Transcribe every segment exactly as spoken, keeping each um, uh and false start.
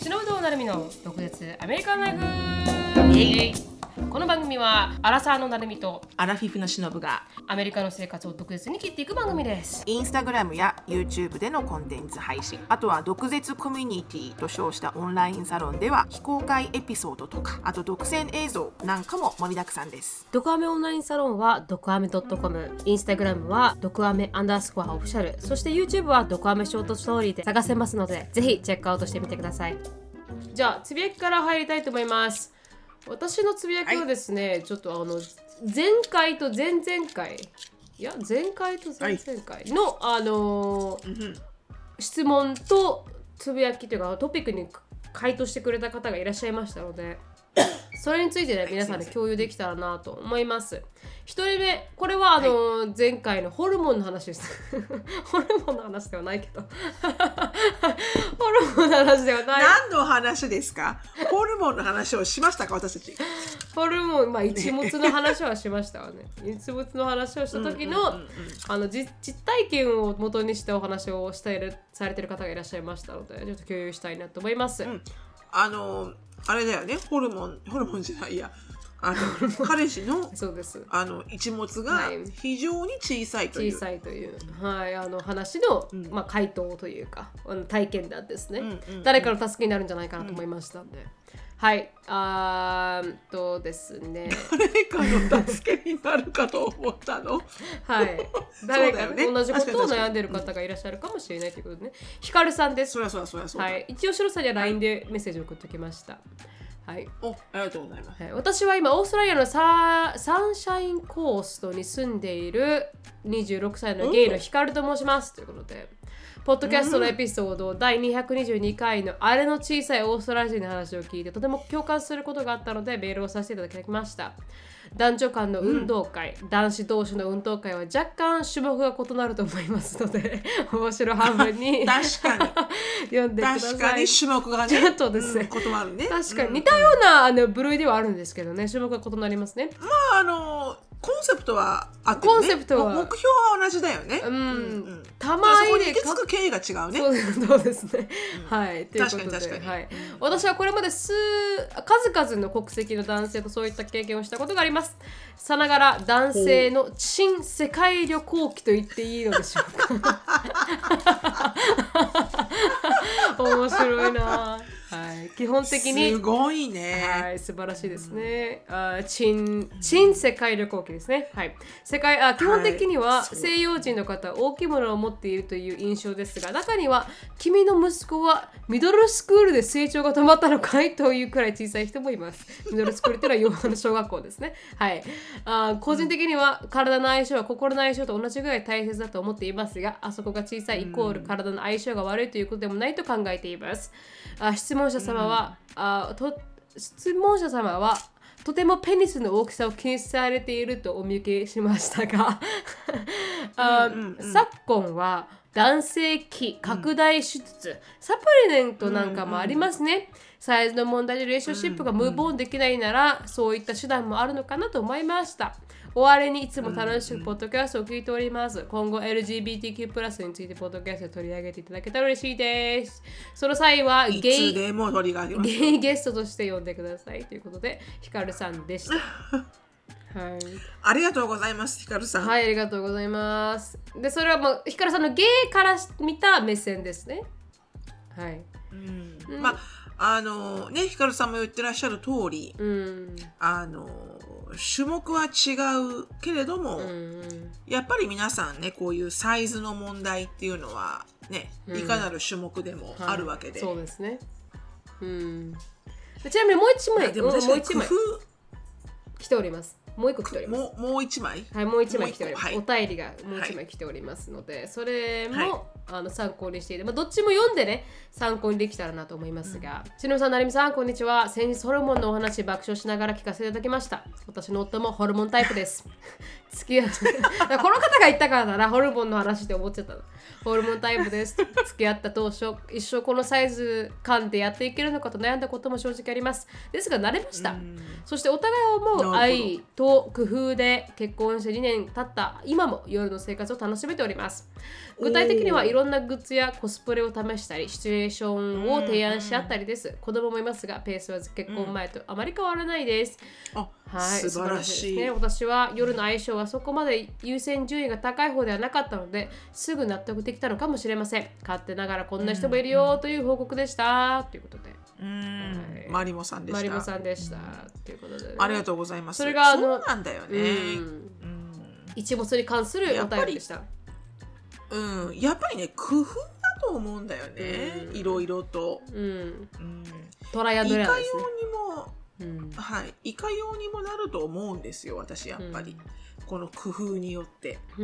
篠本なるみの独舌アメリカンライフ。イエイ。この番組はアラサーのなるみとアラフィフのしのぶがアメリカの生活を独舌に切っていく番組です。 インスタグラムや YouTube でのコンテンツ配信、あとは独舌コミュニティと称したオンラインサロンでは非公開エピソードとか、あと独占映像なんかも盛りだくさんです。 ドクアメオンラインサロンはドクアメ .com、 インスタグラムはドクアメアンダースコアオフィシャル、そして YouTube はドクアメショートストーリーで探せますので、ぜひチェックアウトしてみてください。じゃあつぶやきから入りたいと思います。私のつぶやきはですね、はい、ちょっとあの前回と前々回いや前回と前々回の、はい、あのーうん、質問とつぶやきというかトピックに回答してくれた方がいらっしゃいましたのでそれについてね皆さんで共有できたらなと思います。ひとりめ、これはあの、はい、前回のホルモンの話ですホルモンの話ではないけどホルモンの話ではない。 何の話ですか？ホルモンの話をしましたか？私たちホルモン、まあ一物の話はしましたわね一物の話をした時の、うんうんうんうん、あの実体験を元にしたお話をしたいるされてる方がいらっしゃいましたので、ちょっと共有したいなと思います、うん、 あのあれだよね、ホルモンホルモンじゃないやあの彼氏のそうですあの一物が非常に小さいという、 小さいという、はい、あの話の、うんまあ、回答というか体験談ですね、うんうんうん、誰かの助けになるんじゃないかなと思いましたんで、うん、はいあーとですね誰かの助けになるかと思ったのはい誰か、ね、同じことを悩んでる方がいらっしゃるかもしれないということでね。ひかるさんです。 そりゃそりゃそりゃそうだ、 はい、一応シロさんには ライン でメッセージを送っておきました。はい、 おありがとうございます、 はい、私は今オーストラリアのササンシャインコーストに住んでいるにじゅうろくさいのゲイのヒカルと申しますということで、ポッドキャストのエピソード、うん、だいにひゃくにじゅうにかいのあれの小さいオーストラリア人の話を聞いてとても共感することがあったのでメールをさせていただきました。男女間の運動会、うん、男子同士の運動会は若干種目が異なると思いますので面白半分に確かに読んでください。 確かに種目がねちょっとですね、 うん、異なるね。 確かに似たようなあの部類ではあるんですけどね、種目が異なりますね。 まああのコンセプトはあってね、 コンセプトは目標は同じだよね。 うん、うんうん、たまにそこに行き着く経緯が違うね。 そうです、そうですね、うん、はいということで、 確かに確かに、 はい、私はこれまで数数々の国籍の男性とそういった経験をしたことがあります。さながら男性の新世界旅行記と言っていいのでしょうか面白いな。はい、基本的にすごいね、 はい、素晴らしいですね。あ新新世界旅行記ですね。はい、世界あ基本的には西洋人の方、大きいものを持っているという印象ですが、中には君の息子はミドルスクールで成長が止まったのかいというくらい小さい人もいます。ミドルスクールというのは洋の小学校ですね。はい、あ個人的には体の相性は心の相性と同じぐらい大切だと思っていますが、あそこが小さいイコール体の相性が悪いということでもないと考えています。あ質問者様は、うん、あと質問者様はとてもペニスの大きさを気にされているとお見受けしましたがあ、うんうんうん、昨今は男性器拡大手術、うん、サプリメントなんかもありますね、うんうん、サイズの問題でレーションシップがムーブオンできないなら、うんうん、そういった手段もあるのかなと思いました。終わりにいつも楽しくポッドキャストを聞いております。今後 エルジービーティーキュー プラスについてポッドキャストで取り上げていただけたら嬉しいです。その際はゲイ、 ゲイゲストとして呼んでくださいということでヒカルさんでしたはい、 ありがとうございます、ヒカルさん。 はい、ありがとうございます。で、それはもうヒカルさんのゲイから見た目線ですね。はい。 うん、うん、まああのね、ヒカルさんも言ってらっしゃる通り、うん、あの種目は違うけれども、うん、やっぱり皆さんね、こういうサイズの問題っていうのはね、うん、いかなる種目でもあるわけで、 はい、そうですね。うん。ちなみにもう一枚、 でも確かに工夫来ております。もう一個来ております。 もう、もう一枚はい、もう一枚来ております。はい、お便りがもう一枚来ておりますので、はい、それも、はい、あの参考にしていて、まあ、どっちも読んでね、参考にできたらなと思いますが、しのぶさん、なるみさん、こんにちは。先日ホルモンのお話爆笑しながら聞かせていただきました。私の夫もホルモンタイプです。 付き合うこの方が言ったからだな、ホルモンの話って思っちゃったの。ホルモンタイプです。付き合った当初、一生このサイズ感でやっていけるのかと悩んだことも正直あります。ですが慣れました。そしてお互いを思う愛と工夫で結婚してにねん経った今も夜の生活を楽しめております。具体的にはいろんなグッズやコスプレを試したり、シチュエーションを提案し合ったりです。子供もいますが、ペースは結婚前とあまり変わらないです。 あ、はい、素晴らしい。 ね、私は夜の相性はそこまで優先順位が高い方ではなかったので、すぐ納得できたのかもしれません。勝手ながらこんな人もいるよという報告でした。ということで。 うん、はい、マリモさんでした。 マリモさんでした。ということで、ね、 ありがとうございます。 それがあのそうなんだよね。うん、 一没に関するお便りでした。 うん、やっぱりね、工夫だと思うんだよね。いろいろと。うん。うん、 トライアンドエラーですね。 いかようにも、うん、はい、いかようにもなると思うんですよ、私やっぱり。うん、この工夫によって。うん。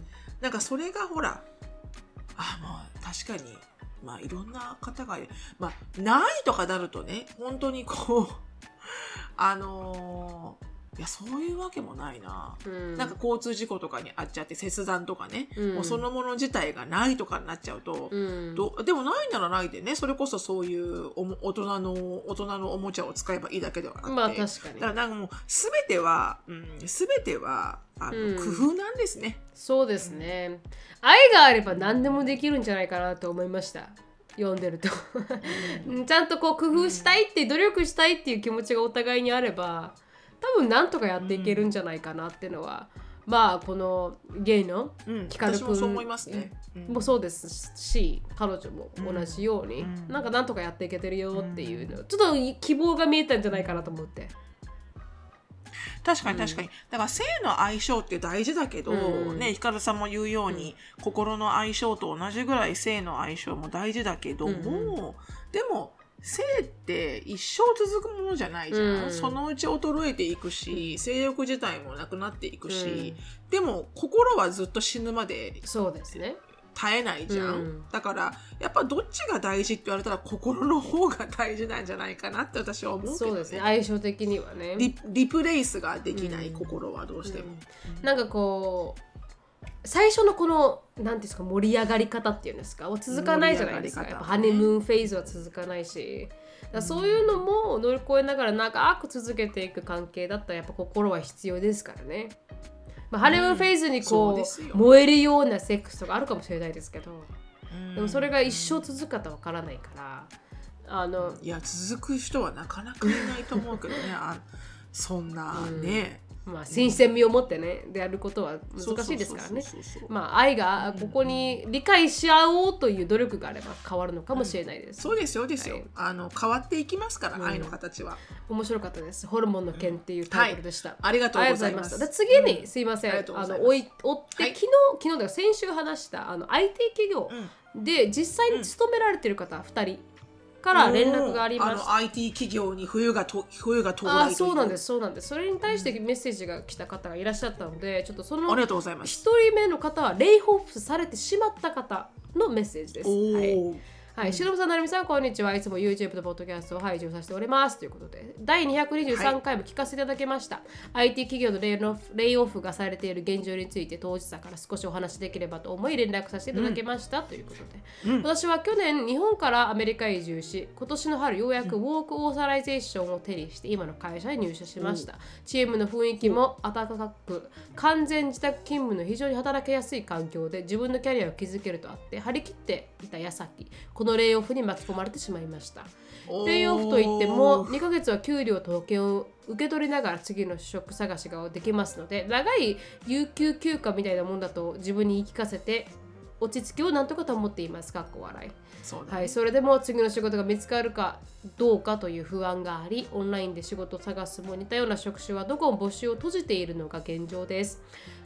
なんかそれがほら、あ、まあ確かに、まあいろんな方が、まあないとかなるとね、本当にこう、あのー、いやそういうわけもないな、うん、なんか交通事故とかに遭っちゃって切断とかね、うん、もうそのもの自体がないとかになっちゃうと、うん、どでもないならないでね、それこそそういうおも大人の大人のおもちゃを使えばいいだけではなくて、 まあ確かに、 だからなんかもう全ては、うん、全てはあの、うん、工夫なんですね。 そうですね、うん、愛があれば何でもできるんじゃないかなと思いました。読んでるとちゃんとこう工夫したいって努力したいっていう気持ちがお互いにあれば、多分なんとかやっていけるんじゃないかなっていうのは、うん、まあこのゲイのヒカル君、うん、私もそう思いますね、 もそうですし、彼女も同じように、うん、なんかなんとかやっていけてるよっていうの、うん、ちょっと希望が見えたんじゃないかなと思って。 確かに確かに、うん、だから性の相性って大事だけど、うん、ね、ヒカルさんも言うように、うん、心の相性と同じぐらい性の相性も大事だけども、うん、でも性って一生続くものじゃないじゃん、うん、そのうち衰えていくし、性欲自体もなくなっていくし、うん、でも心はずっと死ぬまでそうですね、 絶えないじゃん、うん、だからやっぱどっちが大事って言われたら心の方が大事なんじゃないかなって私は思うけどね。 そうですね、相性的にはね、 リ, リプレイスができない、うん、心はどうしても、 うん、なんかこう最初のこの何ていうんですか、盛り上がり方っていうんですかを続かないじゃないですか。やっぱハネムーンフェーズは続かないし、だそういうのも乗り越えながら長く続けていく関係だったらやっぱ心は必要ですからね。まあ、ハネムーンフェーズにこう、うん、燃えるようなセックスとかあるかもしれないですけど、でもそれが一生続くかとわからないから、あのいや続く人はなかなかいないと思うけどねあそんなね、 うん、まあ、新鮮味を持ってね、でやることは難しいですからね。まあ愛がここに理解し合おうという努力があれば変わるのかもしれないです、 うん、そうですよですよ、はい、あの変わっていきますから、うん、愛の形は。 面白かったです。ホルモンの件っていうタイトルでした、うん、はい、 ありがとうございます。 で次に、うん、すいません、あの追い追って、はい、昨日昨日では先週話したあの アイティー 企業で実際に勤められている方ふたり、うんから連絡がありました。 あの アイティー 企業に冬がと冬が到来という。あ、 そうなんですそうなんです。それに対してメッセージが来た方がいらっしゃったので、ちょっとそのありがとうございます。 一人目の方はレイオフされてしまった方のメッセージです。はいはい、しのぶさん、なるみさん、こんにちは。いつも YouTube と Podcast を配信させております。ということで、だいにひゃくにじゅうさんかいも聞かせていただきました。はい、アイティー 企業のレイオフ、レイオフがされている現状について、当事者から少しお話しできればと思い連絡させていただきました。うん、ということで、うん、私は去年、日本からアメリカへ移住し、今年の春、ようやくウォークオーサライゼーションを手にして、今の会社に入社しました。うん、チームの雰囲気も温かく、完全自宅勤務の非常に働きやすい環境で、自分のキャリアを築けるとあって、張り切っていた矢先、このレイオフに巻き込まれてしまいました。レイオフといってもにかげつは給料と保険を受け取りながら次の職探しができますので、長い有給休暇みたいなもんだと自分に言い聞かせて落ち着きをなんとか保っています。かっこ笑い。そうだね。はい、それでも次の仕事が見つかるかどうかという不安があり、オンラインで仕事を探すも似たような職種はどこも募集を閉じているのが現状です。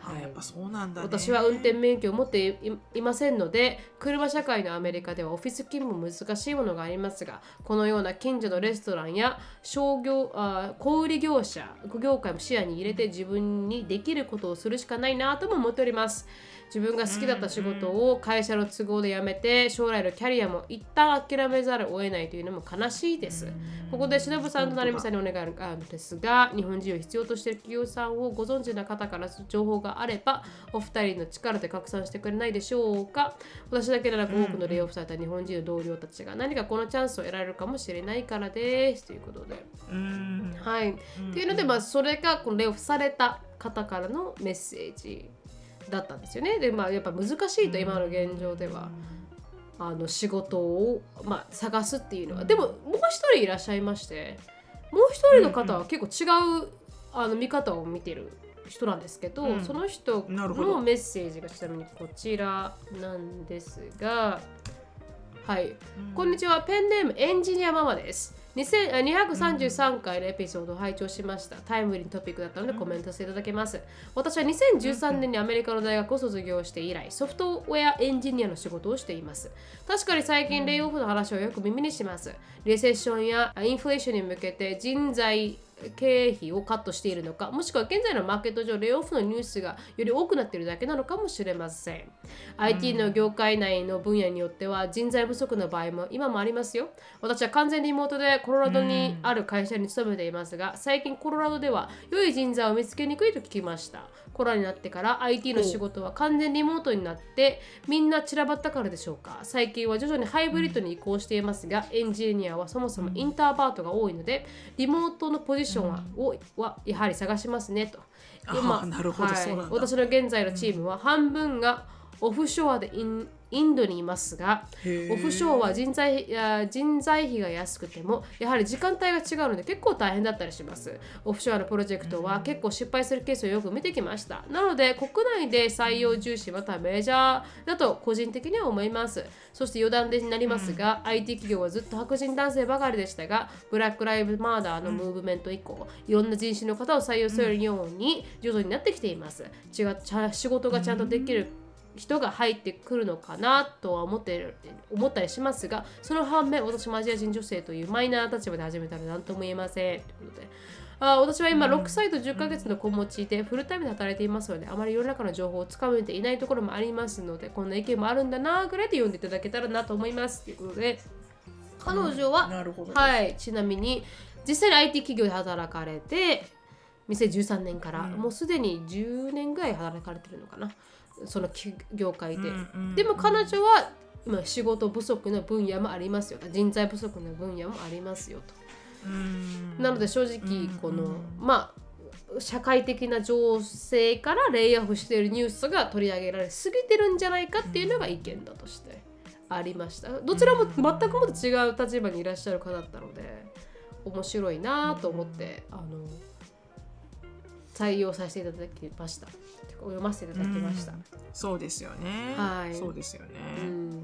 はい、やっぱそうなんだね。 私は運転免許を持って い, いませんので、車社会のアメリカではオフィス勤務難しいものがありますが、このような近所のレストランや商業あ小売業者業界も視野に入れて自分にできることをするしかないなとも思っております。自分が好きだった仕事を会社の都合で辞めて、将来のキャリアも一旦諦めざるを得ないというのも悲しいです。ここでしのぶさんとなるみさんにお願いがあるんですが、日本人を必要としている企業さんをご存知の方から情報があれば、お二人の力で拡散してくれないでしょうか。私だけでなく多くのレイオフされた日本人の同僚たちが何かこのチャンスを得られるかもしれないからですということで、はい。というので、まあ、それがこのレイオフされた方からのメッセージだったんですよね。で、まあ、やっぱ難しいと今の現状ではあの仕事を、まあ、探すっていうのは、でももう一人いらっしゃいまして、もう一人の方は結構違うあの見方を見てる人なんですけど、うん、その人のメッセージがちなみにこちらなんですが、はい、うん、こんにちは、ペンネームエンジニアママです。にひゃくさんじゅうさんかいのエピソードを拝聴しました。タイムリーなトピックだったのでコメントさせていただきます。私はにせんじゅうさんねんにアメリカの大学を卒業して以来、ソフトウェアエンジニアの仕事をしています。確かに最近レイオフの話をよく耳にします。レセッションやインフレーションに向けて人材経費をカットしているのか、もしくは現在のマーケット上レイオフのニュースがより多くなっているだけなのかもしれません。 アイティー の業界内の分野によっては人材不足の場合も今もありますよ。私は完全リモートでコロラドにある会社に勤めていますが、最近コロラドでは良い人材を見つけにくいと聞きました。コロナになってから アイティー の仕事は完全リモートになってみんな散らばったからでしょうか。最近は徐々にハイブリッドに移行していますが、エンジニアはそもそもインターバートが多いのでリモートのポジションは、うん、はやはり探しますねと。 今、なるほど、はい、そうなんだ。 私の現在のチームは半分がオフショアでインインドにいますが、オフショアは人材人材費が安くてもやはり時間帯が違うので結構大変だったりします。オフショアのプロジェクトは結構失敗するケースをよく見てきました。なので国内で採用重視またはメジャーだと個人的には思います。そして余談になりますが、うん、アイティー 企業はずっと白人男性ばかりでしたが、ブラックライブマーダーのムーブメント以降、いろんな人種の方を採用するように徐々になってきています。違う仕事がちゃんとできる人が入ってくるのかなとは思ってる思ったりしますが、その反面私もアジア人女性というマイナーな立場で始めたら何とも言えませんということで、あ私は今ろくさいとじゅっかげつの子持ちでフルタイムで働いていますので、あまり世の中の情報をつかめていないところもありますので、こんな意見もあるんだなぐらいで読んでいただけたらなと思いますということで、彼女は、うんはい、ちなみに実際に アイティー 企業で働かれてにせんじゅうさんねんから、うん、もうすでにじゅうねんぐらい働かれてるのかな、その業界で、うんうんうん、でも彼女は今仕事不足の分野もありますよ、人材不足の分野もありますよと。うんなので正直この、うんうん、まあ社会的な情勢からレイオフしているニュースが取り上げられすぎてるんじゃないかっていうのが意見だとしてありました。どちらも全くもって違う立場にいらっしゃる方だったので面白いなと思って、あの採用させていただきました。読ませていただきました。 うん、そうですよね。 はい。 そうですよね。うん、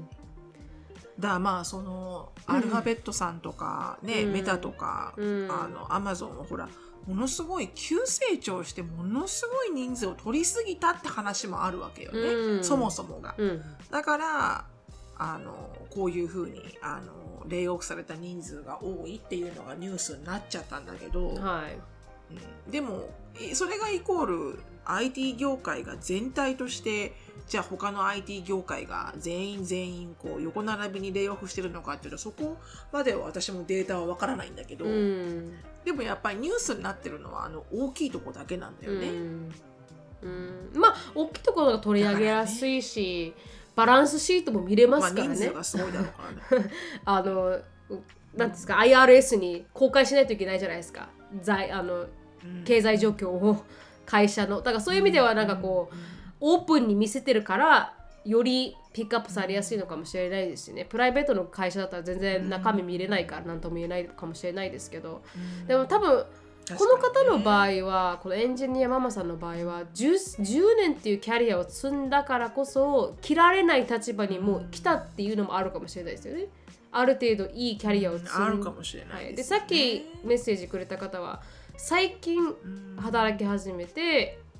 だまあそのアルファベットさんとかね、うん、メタとか、うん、あのアマゾンはほらものすごい急成長してものすごい人数を取りすぎたって話もあるわけよね。うん、そもそもが。うん、だからあのこういうふうにあのレイオフされた人数が多いっていうのがニュースになっちゃったんだけど。 はい。 うん、でもそれがイコール アイティー 業界が全体としてじゃあ他の アイティー 業界が全員全員こう横並びにレイオフしてるのかっていうとそこまでは私もデータはわからないんだけど、うん、でもやっぱりニュースになってるのはあの大きいとこだけなんだよね。うんうん、まあ大きいところが取り上げやすいし、ね、バランスシートも見れますからね。まあ、人数がすごいだろうからね。あのなんですか アイアールエス に公開しないといけないじゃないですか。在あの経済状況を会社のだからそういう意味ではなんかこうオープンに見せてるからよりピックアップされやすいのかもしれないですしね。プライベートの会社だったら全然中身見れないから何とも言えないかもしれないですけど、でも多分この方の場合はこのエンジニアママさんの場合は 10, じゅうねんっていうキャリアを積んだからこそ切られない立場にもう来たっていうのもあるかもしれないですよね。ある程度いいキャリアを積んで、 あるかもしれないですね。はい、でさっきメッセージくれた方は最近働き始めて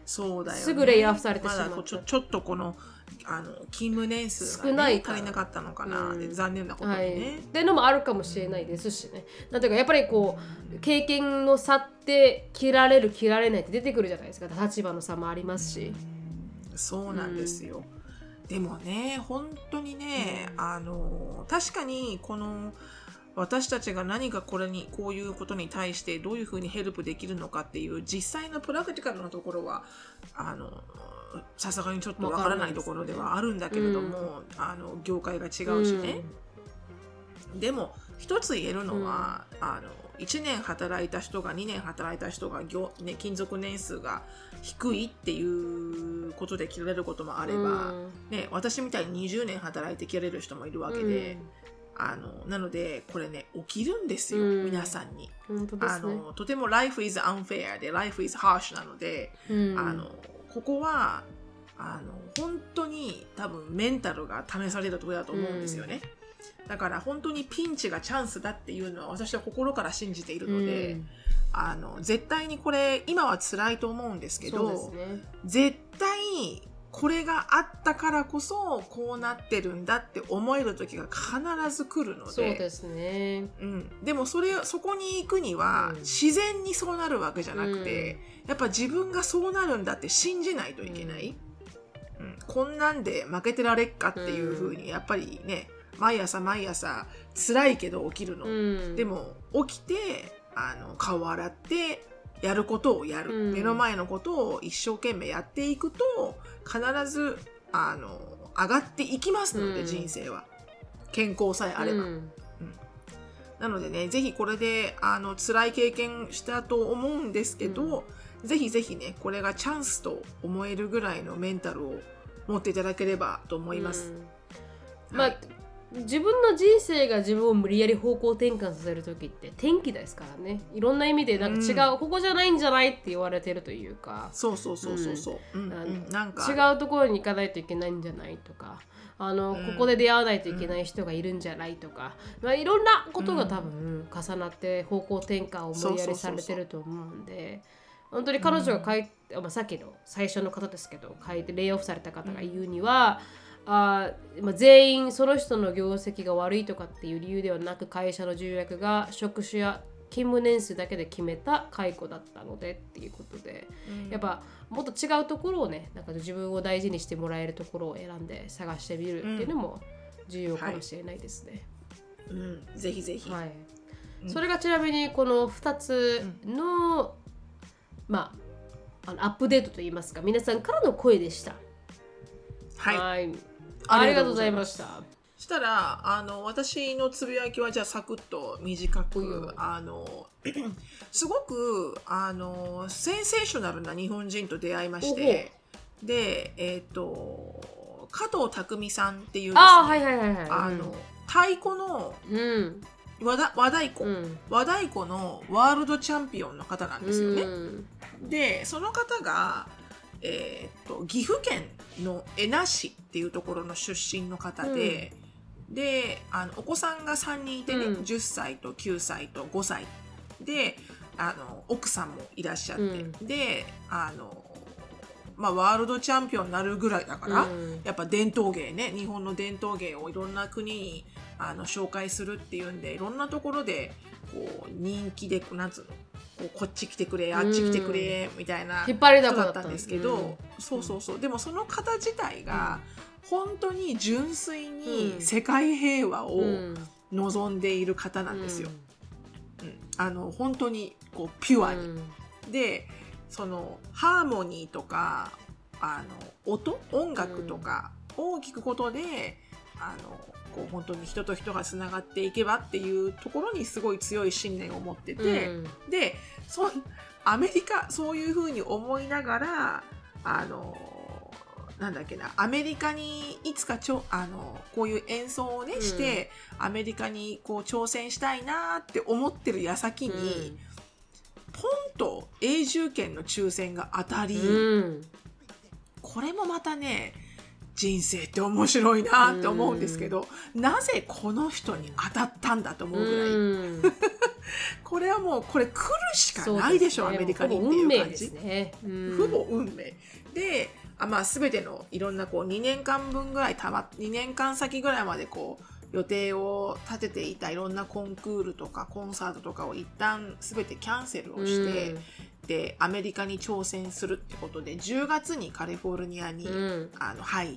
そうだよね、 すぐレイオフされてしまった、 まだちょ、ちょっとこのあの勤務年数が、ね、 少ない足りなかったのかな、うん、残念なことにね、はい、 っていうのもあるかもしれないですしね。なんていうかやっぱりこう経験の差って切られる切られないって出てくるじゃないですか。立場の差もありますし、 うん、そうなんですよ、うん、でもね本当にね、うん、あの確かにこの私たちが何かこれにこういうことに対してどういうふうにヘルプできるのかっていう実際のプラクティカルなところはあのさすがにちょっとわからないところではあるんだけれども、うん、あの業界が違うしね、うん、でも一つ言えるのは、うん、あのいちねん働いた人がにねん働いた人が業、ね、勤続年数が低いっていうことで切られることもあれば、うんね、私みたいににじゅうねん働いて切られる人もいるわけで、うん、あのなのでこれね起きるんですよ、うん、皆さんに、本当ですね、あのとても life is unfair で life is harsh なので、うん、あのここはあの本当に多分メンタルが試されるところだと思うんですよね、うん、だから本当にピンチがチャンスだっていうのは私は心から信じているので、うん、あの絶対にこれ今は辛いと思うんですけど、そうですね、絶対これがあったからこそこうなってるんだって思える時が必ず来るので、 そうですね、 うん、でもそれそこに行くには、うん、自然にそうなるわけじゃなくて、うん、やっぱ自分がそうなるんだって信じないといけない、うんうん、こんなんで負けてられっかっていう風にやっぱりね毎朝毎朝辛いけど起きるの、うん、でも起きてあの顔洗ってやることをやる、うん、目の前のことを一生懸命やっていくと必ずあの上がっていきますので、うん、人生は健康さえあれば、うんうん、なのでねぜひこれであの辛い経験したと思うんですけど、うん、ぜひぜひねこれがチャンスと思えるぐらいのメンタルを持っていただければと思います、 うん、はい、まあ自分の人生が自分を無理やり方向転換させる時って転機ですからね。いろんな意味でなんか違う、うん、ここじゃないんじゃないって言われてるというか、 そうそうそうそうそう、うん、 なんか違うところに行かないといけないんじゃないとか、あの、うん、ここで出会わないといけない人がいるんじゃないとか、うん、まあ、いろんなことが多分重なって方向転換を無理やりされてると思うんで、本当に彼女が書いて、まあ、さっきの最初の方ですけど書いてレイオフされた方が言うには、あ、まあ、全員その人の業績が悪いとかっていう理由ではなく会社の重役が職種や勤務年数だけで決めた解雇だったのでっていうことで、うん、やっぱもっと違うところをねなんか自分を大事にしてもらえるところを選んで探してみるっていうのも重要かもしれないですね、 うんはい、うん、ぜひぜひ、 はい、うん、それがちなみにこのふたつの、うん、まあ、あのアップデートといいますか皆さんからの声でした。 はい、 はい、ありがとうございました。 そしたらあの私のつぶやきはじゃあサクッと短く、うん、あのすごくあのセンセーショナルな日本人と出会いまして、でえっ、ー、と加藤匠さんっていうですね、 あ、はいはいはいはい、 あの、うん、太鼓の、うん和, だ和太鼓、うん、和太鼓のワールドチャンピオンの方なんですよね、うん、でその方が、えー、と岐阜県の恵那市っていうところの出身の方で、うん、であのお子さんがさんにんいてね、うん、じゅっさいときゅうさいとごさいであの奥さんもいらっしゃって、うん、であのまあ、ワールドチャンピオンになるぐらいだから、うん、やっぱ伝統芸ね日本の伝統芸をいろんな国にあの紹介するっていうんでいろんなところでこう人気でなんつうのこうこっち来てくれあっち来てくれ、うん、みたいな人だったんですけど、うん、そうそうそうでもその方自体が本当に純粋に世界平和を望んでいる方なんですよ、うんうん、あの本当にこうピュアに、うん、でそのハーモニーとかあの音音楽とかを聞くことで、うん、あのこう本当に人と人がつながっていけばっていうところにすごい強い信念を持ってて、うん、でそアメリカそういう風に思いながらあのなんだっけなアメリカにいつかちょあのこういう演奏をね、うん、してアメリカにこう挑戦したいなって思ってる矢先に、うんポンと永住権の抽選が当たり、うん、これもまたね人生って面白いなって思うんですけど、うん、なぜこの人に当たったんだと思うぐらい、うん、 これはもうこれ来るしかないでしょ、ね、アメリカにっていう感じ。 ほぼ運命ですね。うん、 ほぼ運命で、あ、まあ、全てのいろんなこうにねんかんぶんぐらいたまにねんかん先ぐらいまでこう予定を立てていたいろんなコンクールとかコンサートとかを一旦全てキャンセルをして、うん、でアメリカに挑戦するってことでじゅうがつにカリフォルニアに、うん、あの入って、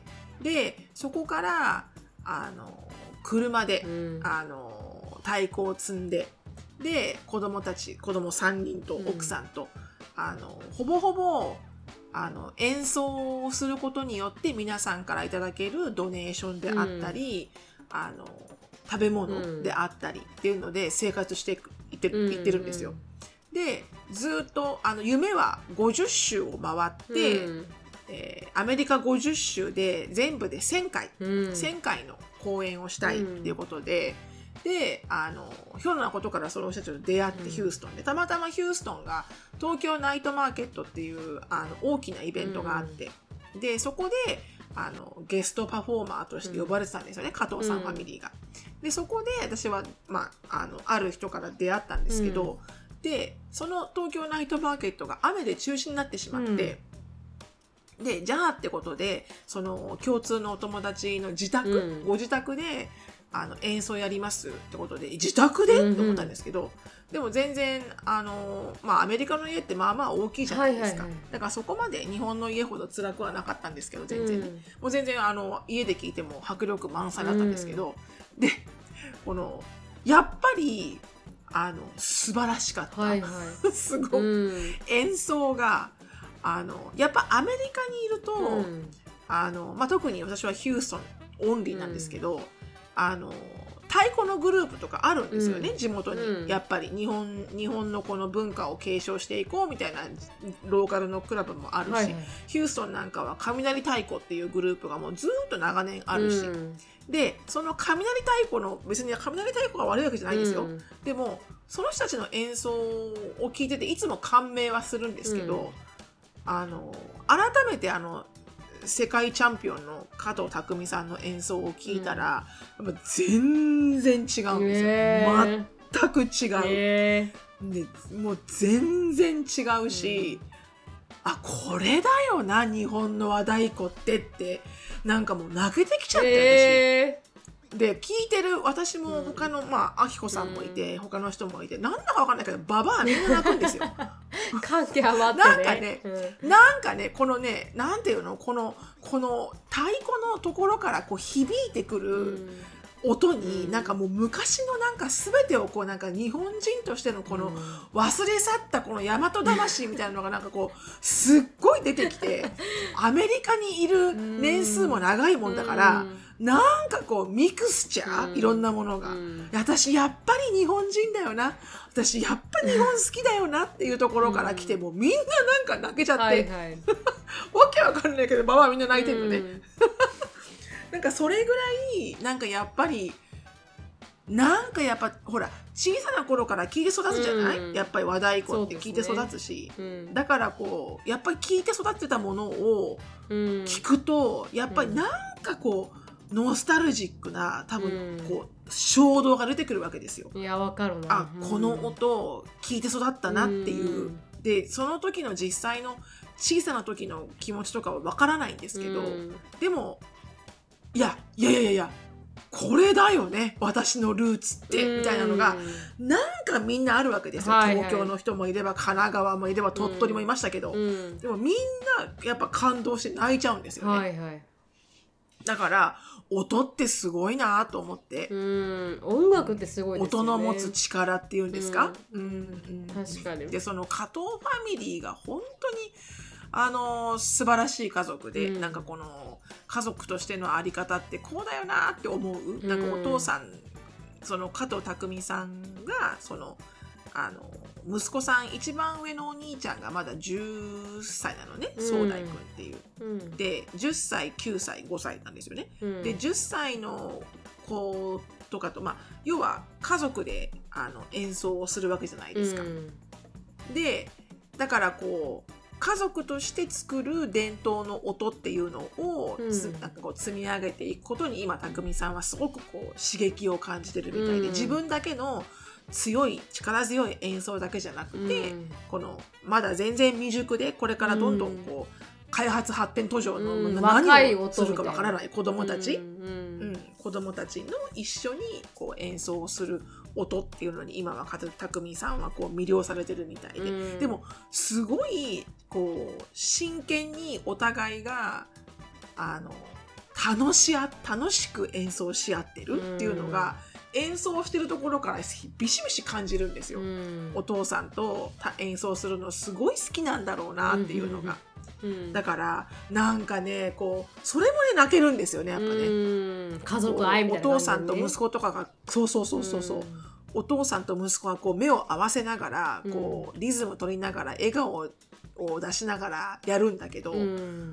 うん、でそこからあの車で、うん、あの太鼓を積んでで子供たち子供さんにんと奥さんと、うん、あのほぼほぼあの演奏をすることによって皆さんからいただけるドネーションであったり、うん、あの食べ物であったりっていうので生活していってる、いってるんですよ。でずっとあの夢はごじゅっしゅうを回って、うん、えー、アメリカごじゅっしゅうで全部でせんかい、うん、せんかいの公演をしたいっていうことで、うん、であのひょんなことからその人たちと出会ってヒューストンで、たまたまヒューストンが東京ナイトマーケットっていうあの大きなイベントがあって、うん、でそこであのゲストパフォーマーとして呼ばれてたんですよね、うん、加藤さんファミリーが。でそこで私は、まあ、あのある人から出会ったんですけど、うん、でその東京ナイトマーケットが雨で中止になってしまって、うん、でじゃあってことでその共通のお友達の自宅、うん、ご自宅であの演奏やりますってことで自宅で、うんうん、って思ったんですけど、でも全然あの、まあ、アメリカの家ってまあまあ大きいじゃないですか、はいはいはい、だからそこまで日本の家ほど辛くはなかったんですけど全然、ね、うん、もう全然あの家で聞いても迫力満載だったんですけど、うん、でこのやっぱりあの素晴らしかった、はいはい、すごい、うん、演奏があのやっぱアメリカにいると、うん、あのまあ、特に私はヒューストンオンリーなんですけど、うん、あの太鼓のグループとかあるんですよね、うん、地元に、うん、やっぱり日本、日本のこの文化を継承していこうみたいなローカルのクラブもあるし、はいはい、ヒューストンなんかは雷太鼓っていうグループがもうずっと長年あるし、うん、でその雷太鼓の別に雷太鼓が悪いわけじゃないんですよ、うん、でもその人たちの演奏を聞いてていつも感銘はするんですけど、うん、あの改めてあの世界チャンピオンの加藤匠さんの演奏を聞いたら、うん、全然違うんですよ、えー、全く違う、えー、でもう全然違うし、うん、あこれだよな日本の和太鼓ってってなんかもう泣けてきちゃって、えーで聞いてる私も他の、うん、まああきこさんもいて、うん、他の人もいてなんだかわかんないけどババアみんな泣くんですよ感極まってねなんかね、うん、なんかねこのねなんていうのこのこの太鼓のところからこう響いてくる音に、うん、なんかもう昔のなんか全てをこうなんか日本人としてのこの忘れ去ったこの大和魂みたいなのがなんかこうすっごい出てきてアメリカにいる年数も長いもんだから、うんなんかこうミクスチャー、うん、いろんなものが、うん、私やっぱり日本人だよな私やっぱ日本好きだよなっていうところから来て、うん、もうみんななんか泣けちゃって、はいはい、わけわかんないけどババアみんな泣いてるのね、うん、なんかそれぐらいなんかやっぱりなんかやっぱほら小さな頃から聞いて育つじゃない、うん、やっぱり和太鼓って聞いて育つし、ねうん、だからこうやっぱり聞いて育ってたものを聞くと、うん、やっぱりなんかこうノスタルジックな多分こう、うん、衝動が出てくるわけですよ。 いやわかるな。 あ、うん、この音を聞いて育ったなっていう、うん、でその時の実際の小さな時の気持ちとかはわからないんですけど、うん、でもいやいやいやいやこれだよね私のルーツって、うん、みたいなのがなんかみんなあるわけですよ、はいはい、東京の人もいれば神奈川もいれば鳥取もいましたけど、うん、でもみんなやっぱ感動して泣いちゃうんですよね、はいはい、だから音ってすごいなと思って、 うん、音楽ってすごいですよね。 音の持つ力っていうんですか、 うんうんうん、確かに。 でその加藤ファミリーが本当にあの素晴らしい家族で、うん、なんかこの家族としてのあり方ってこうだよなって思う、うん、なんかお父さんその加藤匠さんがそのあの息子さん一番上のお兄ちゃんがまだじゅっさいなのね、うん、壮大くんっていう、うん、でじゅっさいきゅうさいごさいなんですよね、うん、でじゅっさいの子とかと、まあ、要は家族であの演奏をするわけじゃないですか、うん、でだからこう家族として作る伝統の音っていうのを、うん、なんかこう積み上げていくことに今匠さんはすごくこう刺激を感じてるみたいで、うん、自分だけの強い力強い演奏だけじゃなくて、 うん、 このまだ全然未熟でこれからどんどんこう、うん開発発展途上の、 うん、 何をするかわからない子どもたち、 うんうんうん、子どもたちの一緒にこう演奏する音っていうのに今は加藤匠さんはこう魅了されてるみたいで、うん、でもすごいこう真剣にお互いがあの楽しあ楽しく演奏し合ってるっていうのが、うん、演奏してるところからビシビシ感じるんですよ、うん、お父さんと演奏するのすごい好きなんだろうなっていうのが、うん、だからなんかねこうそれもね泣けるんですよねやっぱね、 うん、家族愛みたいな、 ね、お父さんと息子とかがそうそうそうそうそう、うん、お父さんと息子がこう目を合わせながらこうリズム取りながら笑顔を出しながらやるんだけど、うん、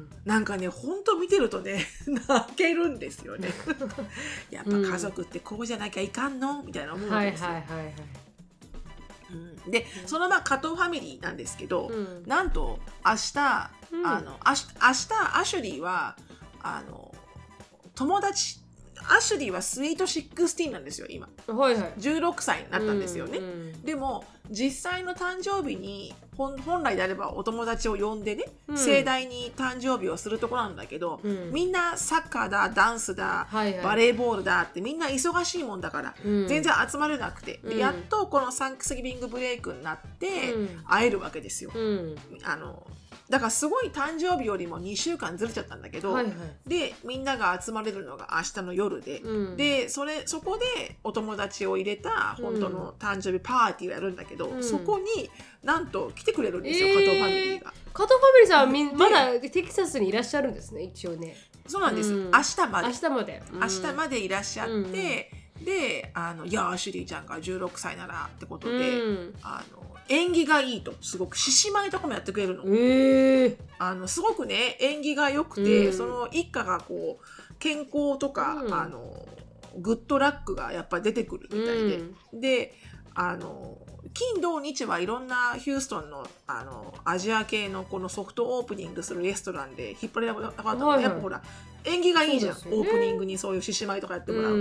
なんかねほんと見てるとね泣けるんですよねやっぱ家族ってこうじゃなきゃいかんのみたいな思うんですよ、はいはいはいはい、うん、で、うん、そのまあ加藤ファミリーなんですけど、うん、なんと明日、うん、あのあし明日アシュリーはあの友達アシュリーはスイートじゅうろくなんですよ今、はいはい、じゅうろくさいになったんですよね、うんうん、でも実際の誕生日に本来であればお友達を呼んでね、うん、盛大に誕生日をするところなんだけど、うん、みんなサッカーだダンスだ、はいはい、バレーボールだってみんな忙しいもんだから、うん、全然集まれなくて、うん、やっとこのサンクスギビングブレイクになって会えるわけですよ、うん、あのだからすごい誕生日よりもにしゅうかんずれちゃったんだけど、はいはい、でみんなが集まれるのが明日の夜で、うん、でそれそこでお友達を入れた本当の誕生日パーティーをやるんだけど、うん、そこになんと来てくれるんですよ、えー、加藤ファミリーが。 加藤ファミリーさんはみまだテキサスにいらっしゃるんですね一応ね。 そうなんです、うん、明日まで明日まで、 うん、明日までいらっしゃって、うん、であのいやアシュリーちゃんがじゅうろくさいならってことで、うん、あの縁起がいいとすごく獅子舞とかもやってくれるの、えー、あのすごくね縁起が良くて、うん、その一家がこう健康とか、うん、あのグッドラックがやっぱ出てくるみたいで、うん、であの金土日はいろんなヒューストンの、あのアジア系のこのソフトオープニングするレストランで引っ張りだこだったので、はいはい、やっぱほら縁起がいいじゃん、ね、オープニングにそういう獅子舞とかやってもらう、うん、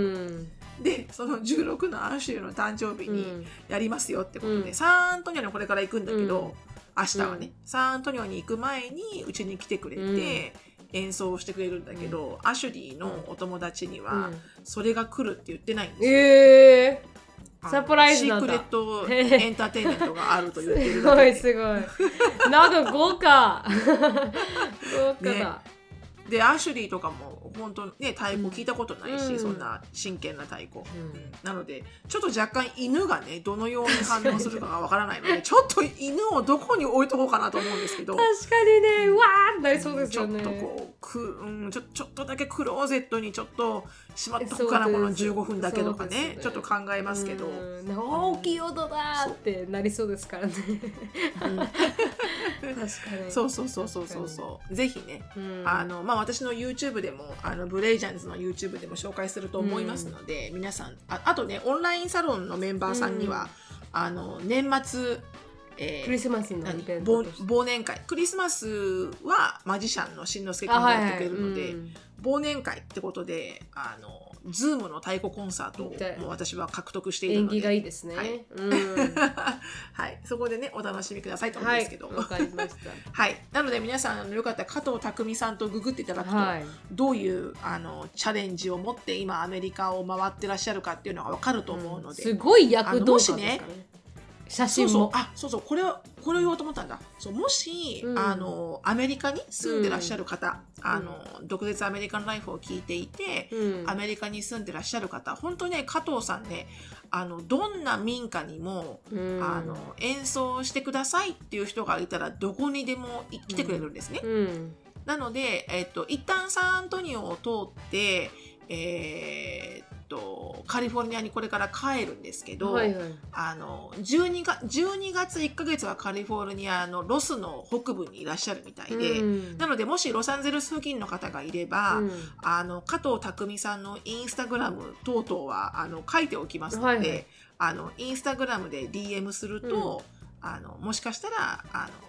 でそのじゅうろくのアンシューの誕生日にやりますよってことで、うん、サンアントニオにこれから行くんだけど、うん、明日はね、うん、サンアントニオに行く前にうちに来てくれて、うん、演奏をしてくれるんだけど、うん、アシュリーのお友達にはそれが来るって言ってないんですよ、えーサプライズなんだ。 シークレットエンターテインメントがあると言ってるだけですごいすごいなんか豪華豪華だ、 ね、でアシュリーとかも本当ね太鼓聞いたことないし、うん、そんな真剣な太鼓、うん、なのでちょっと若干犬がねどのように反応するかがわからないのでちょっと犬をどこに置いとこうかなと思うんですけど確かにね、うん、わーってなりそうですよね。 ちょっとこうく、うん、ちょ、ちょっとだけクローゼットにちょっとしまっとくかなこのじゅうごふんだけとか ね, ねちょっと考えますけど、 大きい音だってなりそうですからね確かにそうそうそうそうそうそうぜひね、うん、あのまあ私の YouTubeでもあのブレイジャンズの YouTube でも紹介すると思いますので、うん、皆さん あ, あとねオンラインサロンのメンバーさんには、うん、あの年末えー、クリスマスのイベントとして忘年会クリスマスはマジシャンのしんのすけ君がやってくれるので、はいはいうん、忘年会ってことであのズームの太鼓コンサートも私は獲得しているので縁起がいいですね、はいうんはい、そこでねお楽しみくださいと思うんですけど、 はい、わかりましたはい、なので皆さんよかったら加藤匠さんとググっていただくと、はい、どういうあのチャレンジを持って今アメリカを回ってらっしゃるかっていうのが分かると思うので、 うん、すごい躍動感ですかね写真もそうそうあそうそうこれをこれを言おうと思ったんだそうもし、うん、あのアメリカに住んでらっしゃる方、うん、あの独絶アメリカンライフを聞いていて、うん、アメリカに住んでらっしゃる方本当ね加藤さんねあのどんな民家にも、うん、あの演奏してくださいっていう人がいたらどこにでも来てくれるんですね、うんうん、なので、えっと、一旦サンアントニオを通ってえー、っとカリフォルニアにこれから帰るんですけど、はいはい、あのじゅうにがつ、じゅうにがついっかげつはカリフォルニアのロスの北部にいらっしゃるみたいで、うん、なのでもしロサンゼルス付近の方がいれば、うん、あの加藤匠さんのインスタグラム等々はあの書いておきますので、はいはい、あのインスタグラムで ディーエム すると、うん、あのもしかしたらあの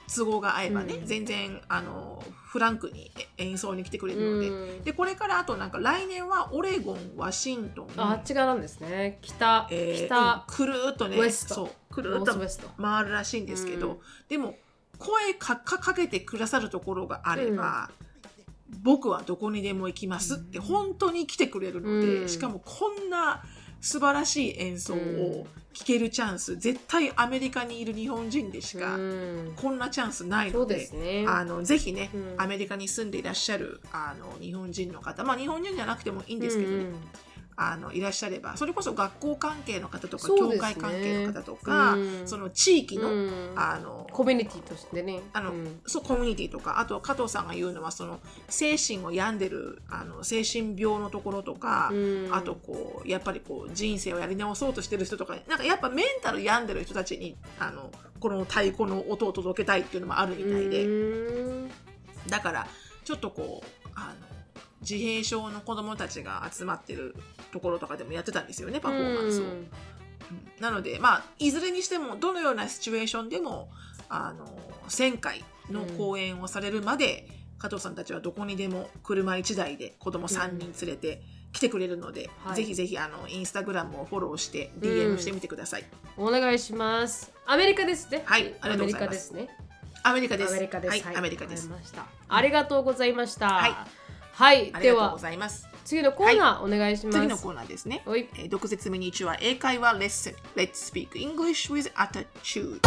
都合が合えばね、うん、全然あのフランクに演奏に来てくれるので、うん、でこれからあとなんか来年はオレゴン、ワシントン、 あっち側なんですね、北、 えー、 北、 くるーっとね、 ウエスト、 そうくるーっと回るらしいんですけど、うん、でも声かかけてくださるところがあれば、うん、僕はどこにでも行きますって本当に来てくれるので、うん、しかもこんな素晴らしい演奏を聴けるチャンス、うん、絶対アメリカにいる日本人でしかこんなチャンスないの で,、うん、そうですね、あのぜひね、うん、アメリカに住んでいらっしゃるあの日本人の方、まあ日本人じゃなくてもいいんですけどね、うん、あのいらっしゃれば、それこそ学校関係の方とか、教会関係の方とか、うん、その地域の、うん、あのコミュニティとしてね、 あの、うん、そうコミュニティとか、あと加藤さんが言うのはその精神を病んでるあの精神病のところとか、うん、あとこうやっぱりこう人生をやり直そうとしてる人とか、なんかやっぱメンタル病んでる人たちにあのこの太鼓の音を届けたいっていうのもあるみたいで、うん、だからちょっとこうあの自閉症の子どもたちが集まってるところとかでもやってたんですよね、パフォーマンスを。うん、なので、まあ、いずれにしてもどのようなシチュエーションでもあのせんかいの公演をされるまで、うん、加藤さんたちはどこにでも車いちだいで子どもさんにん連れて来てくれるので、うん、ぜひぜひあのインスタグラムをフォローして ディーエム してみてください。 うん、お願いします。アメリカですね。 はい、ありがとうございます。アメリカですね。アメリカです。はい、はい、アメリカです。 ありがとうございました。 はいはい、 ありがとうございます。 次のコーナー、はい、お願いします。 次のコーナーですね。えー、毒舌ミニチュア英会話レッスン Let's speak English with attitude。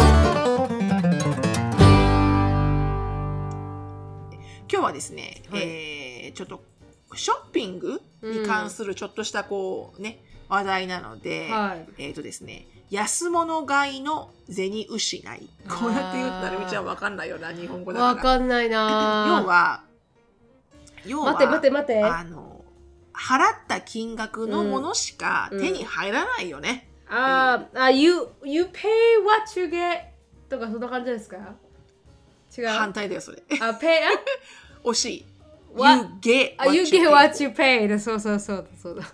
今日はですね、はい、えー、ちょっとショッピングに関するちょっとしたこうね、うん、話題なので、はい、えっとですね、安物買いの銭失い。こうやって言うとなるみちゃんわかんないよな、日本語だから。 わかんないな。 要は要は待って待って待ってあの払った金額のものしか手に入らないよね。 うん、ああ、you you pay what you get とかそんな感じですか？違う。 反対だよそれ。 あ、pay 惜しい。You get what you, you get what you pay そうそうそうそうだ。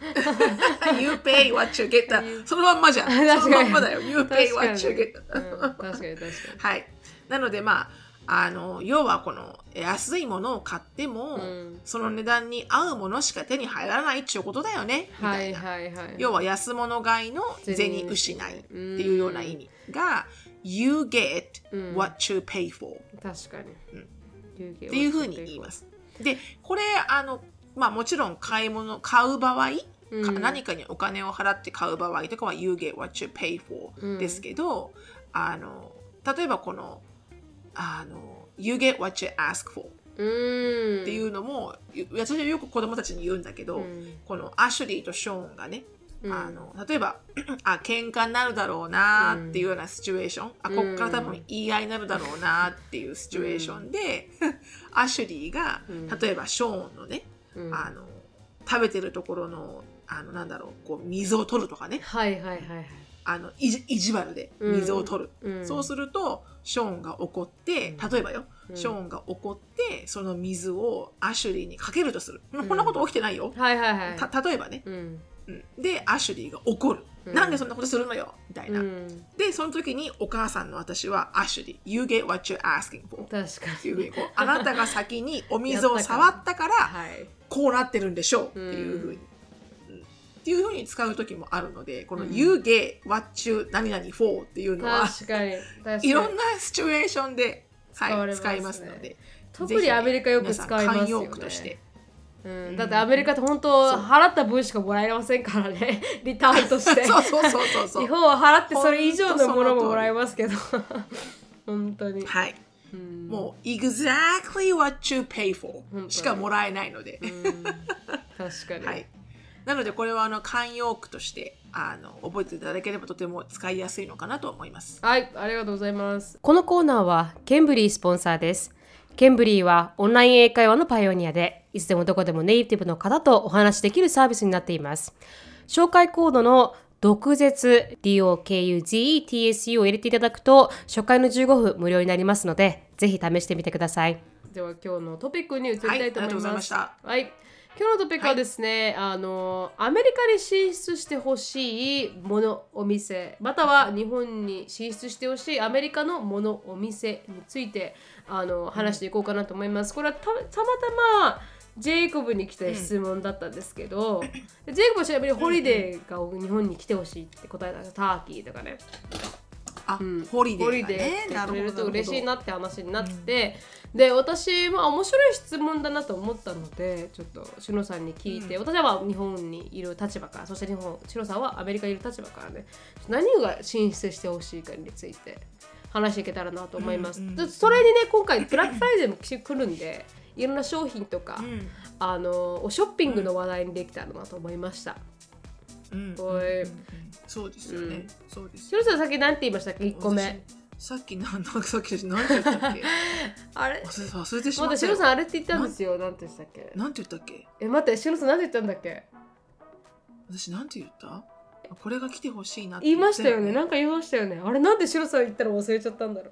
You pay what you get だ。そのまんまじゃん。そのまんまだよ。You pay what you get。 確かに確かに。 はい。なのでまあ。あの要はこの安いものを買っても、うん、その値段に合うものしか手に入らないっていうことだよね、みたいな、はいはいはい、要は安物買いの銭失いっていうような意味が、うん、You get what you pay for、 うん、確かに、 うん、っていうふうに言います。でこれあの、まあ、もちろん買い物買う場合、うん、何かにお金を払って買う場合とかは You get what you pay for、うん、ですけど、あの例えばこのあの You get what you ask for っていうのも、私はよく子供たちに言うんだけど、うん、このアシュリーとショーンがね、うん、あの例えばあ喧嘩になるだろうなっていうようなシチュエーション、うん、あこっから多分言い合いになるだろうなっていうシチュエーションで、うん、アシュリーが例えばショーンのね、うん、あの食べてるところのあのなんだろうこう水を取るとかね、 はいはいはい、 あの意地悪で水を取る、うん、そうするとショーンが怒って、例えばよ、うん、ショーンが怒ってその水をアシュリーにかけるとする、うん、こんなこと起きてないよ、 はいはいはい、 た例えばね、うんうん、でアシュリーが怒る、うん、なんでそんなことするのよみたいな、うん、でその時にお母さんの私はアシュリー You get what you're asking for 確かにっていうふうにこうあなたが先にお水を触ったからはい、こうなってるんでしょうっていうふうに、うんっていう風に使う時もあるので、この You get what you 何々 for っていうのは確かに確かにいろんなシチュエーションで、はい、使いますので、 特にアメリカよく使いますよね。慣用句として、うんうん、だってアメリカって本当払った分しかもらえませんからね、リターンとしてそうそうそうそうそう、 日本は払ってそれ以上のものももらえますけど本当に、 はい、うん、もう exactly what you pay for しかもらえないので、うん、 確かに、 はい、なのでこれはあの慣用句としてあの覚えていただければとても使いやすいのかなと思います。 はい、ありがとうございます。このコーナーはケンブリースポンサーです。ケンブリーはオンライン英会話のパイオニアで、いつでもどこでもネイティブの方とお話しできるサービスになっています。紹介コードの毒舌 ディーオーケーユーゼット ティーエスユー を入れていただくと初回のじゅうごふん無料になりますので、ぜひ試してみてください。では今日のトピックに移りたいと思います。 はい、ありがとうございました。 はい、 今日のトピックはですね、はい、あのアメリカに進出してほしいものお店、または日本に進出してほしいアメリカのものお店についてあの話していこうかなと思います。これは た, たまたまジェイコブに来た質問だったんですけど、うん、ジェイコブはやっぱりホリデーが日本に来てほしいって答えたらターキーとかね。 あ、うん、ホリデーがね、 ホリデーってくれると嬉しいなって話になってて、うん、で私も面白い質問だなと思ったのでちょっとシュノさんに聞いて、うん、私は日本にいる立場から、そして日本シュノさんはアメリカにいる立場からね、何が進出してほしいかについて話していけたらなと思います、うんうん、それにね今回ブラックフライデーも来るんでいろんな商品とか、うん、あのショッピングの話題にできたらなと思いました、 うんうんうんうん、そうですよね、うん、そうです。 シュノさんさっき何て言いましたっけいっこめ。 さっきなんかさっき何て言ったっけあれ忘れてしまったよ。 待って、シュノさんあれって言ったんですよ。なんて言ったっけなんて言ったっけえ、待って、シュノさんなんて言ったんだっけ。 私なんて言った？これが来てほしいなって言いましたよね。なんか言いましたよね。あれなんでシュノさん言ったら忘れちゃったんだろ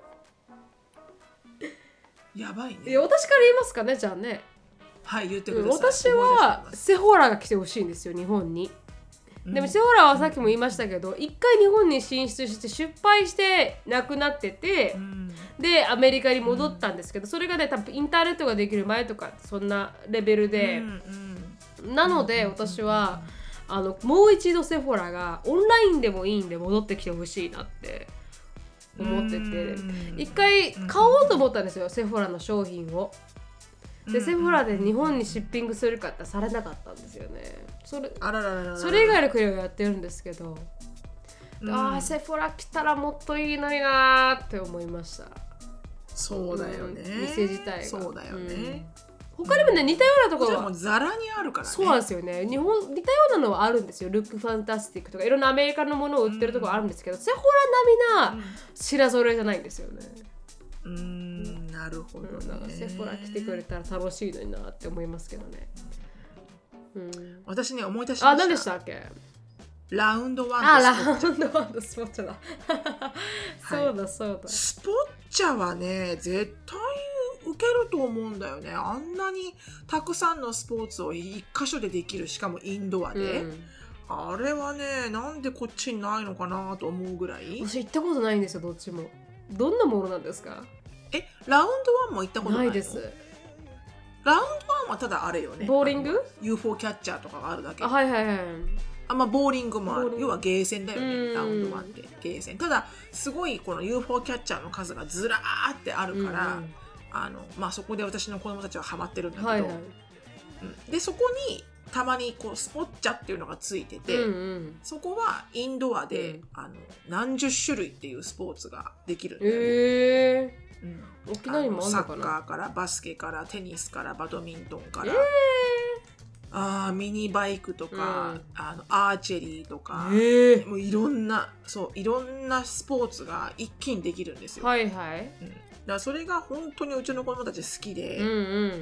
う。やばいね。 いや、私から言いますかね、じゃあね。 はい、言ってください。 私はセフォラが来てほしいんですよ、日本に。でもセフォラはさっきも言いましたけど、一、うん、回日本に進出して失敗してなくなってて、うん、でアメリカに戻ったんですけど、それがね多分インターネットができる前とかそんなレベルで、うんうん、なので私は、うん、あのもう一度セフォラがオンラインでもいいんで戻ってきてほしいなって思ってて、うん、一回買おうと思ったんですよ、セフォラの商品を。でセフォラで日本にシッピングするかってされなかったんですよね。それ、 あらららららそれ以外の国はやってるんですけど、うん、ああセフォラ来たらもっといいのになーって思いました。 そうだよね、 うん、店自体がそうだよね、 うん、他にもね似たようなところはもうザラにあるからね。 そうなんですよね。日本似たようなのはあるんですよ。ルックファンタスティックとかいろんなアメリカのものを売ってるところあるんですけど、うん、セフォラ並みな品揃えじゃないんですよね。 うーん、なるほどね、うん、 なんかセフォラ来てくれたら楽しいのになって思いますけどね、 うん、私ね思い出しました。 あ、何でしたっけ。 ラウンドワンとスポッチャ。あ、ラウンドワンとスポッチャだそうだそうだ。 スポッチャはね絶対受けると思うんだよね。あんなにたくさんのスポーツを一箇所でできる、しかもインドアで、うん、あれはねなんでこっちにないのかなと思うぐらい。 私行ったことないんですよ、どっちも。どんなものなんですか。 え、ラウンドワンも行ったことないの？ ないです。 ラウンドワンはただあれよね。 ボーリング？ ユーフォー キャッチャーとかがあるだけ。 あ、はいはいはい。 あ、まあボーリングもある。要はゲーセンだよね。ラウンドワンってゲーセン。ただすごいこの ユーフォー キャッチャーの数がずらーってあるから、うんあのまあそこで私の子供たちはハマってるんだけど、はいはいうん、でそこにたまにこうスポッチャっていうのがついてて、うんうん、そこはインドアで、うん、あの何十種類っていうスポーツができるんだよね。 へー、 うん、 沖縄にもあるのかな。 サッカーからバスケからテニスからバドミントンから、 えー、 あミニバイクとか、うん、あのアーチェリーとか、 えー、 もういろんなそういろんなスポーツが一気にできるんですよ。 はいはい、 うん、だからそれが本当にうちの子供たち好きで、 うんうん、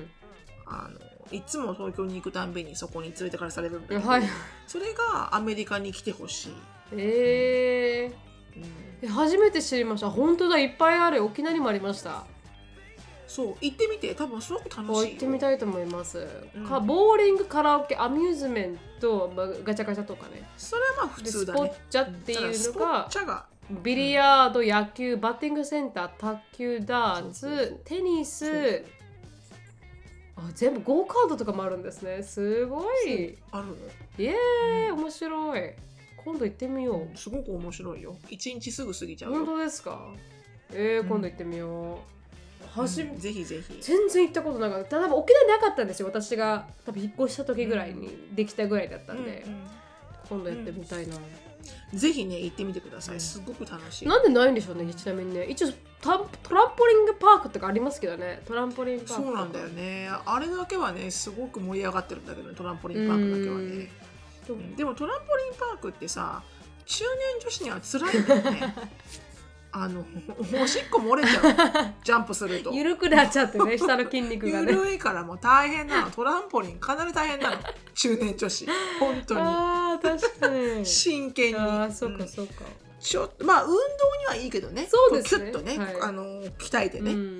あのいつも東京に行くたんびにそこに連れてからされるんだけど、 はい、 それがアメリカに来てほしい。 えーうん、初めて知りました。本当だ、いっぱいある。沖縄にもありました。 そう行ってみて、多分すごく楽しいよ。 行ってみたいと思います、うん、かボーリング、カラオケ、アミューズメント、まあ、ガチャガチャとかね。 それはまあ普通だね。 スポッチャっていうのが、 スポッチャがビリヤード、野球、バッティングセンター、卓球、ダーツ、そうそうそうテニス、あ全部ゴーカードとかもあるんですね。すごい。 あるの？ イエーイ、うん、面白い。今度行ってみよう。 すごく面白いよ。一日すぐ過ぎちゃうよ。 本当ですか？えー、今度行ってみよう。はじ、 うん、ぜひぜひ。 全然行ったことなかった。多分沖縄になかったんですよ。私が多分引っ越した時ぐらいにできたぐらいだったんで、うんうん、今度やってみたいな。 うん、ぜひね行ってみてください。すごく楽しい。 なんでないんでしょうね。ちなみにね、一応トランポリングパークとかありますけどね。トランポリンパーク。 そうなんだよね。あれだけはねすごく盛り上がってるんだけど、トランポリンパークだけはね。うん、でもトランポリンパークってさ、中年女子には辛いんだよね。あのおしっこ漏れちゃう。ジャンプすると緩くなっちゃってね、下の筋肉がね。 緩いからもう大変なの。トランポリンかなり大変なの。中年女子本当に。 あー確かに。 真剣に。 あーそうかそうか。 ちょっとまあ運動にはいいけどね。 そうですね。 キュッとね、はい、あの鍛えてね。うん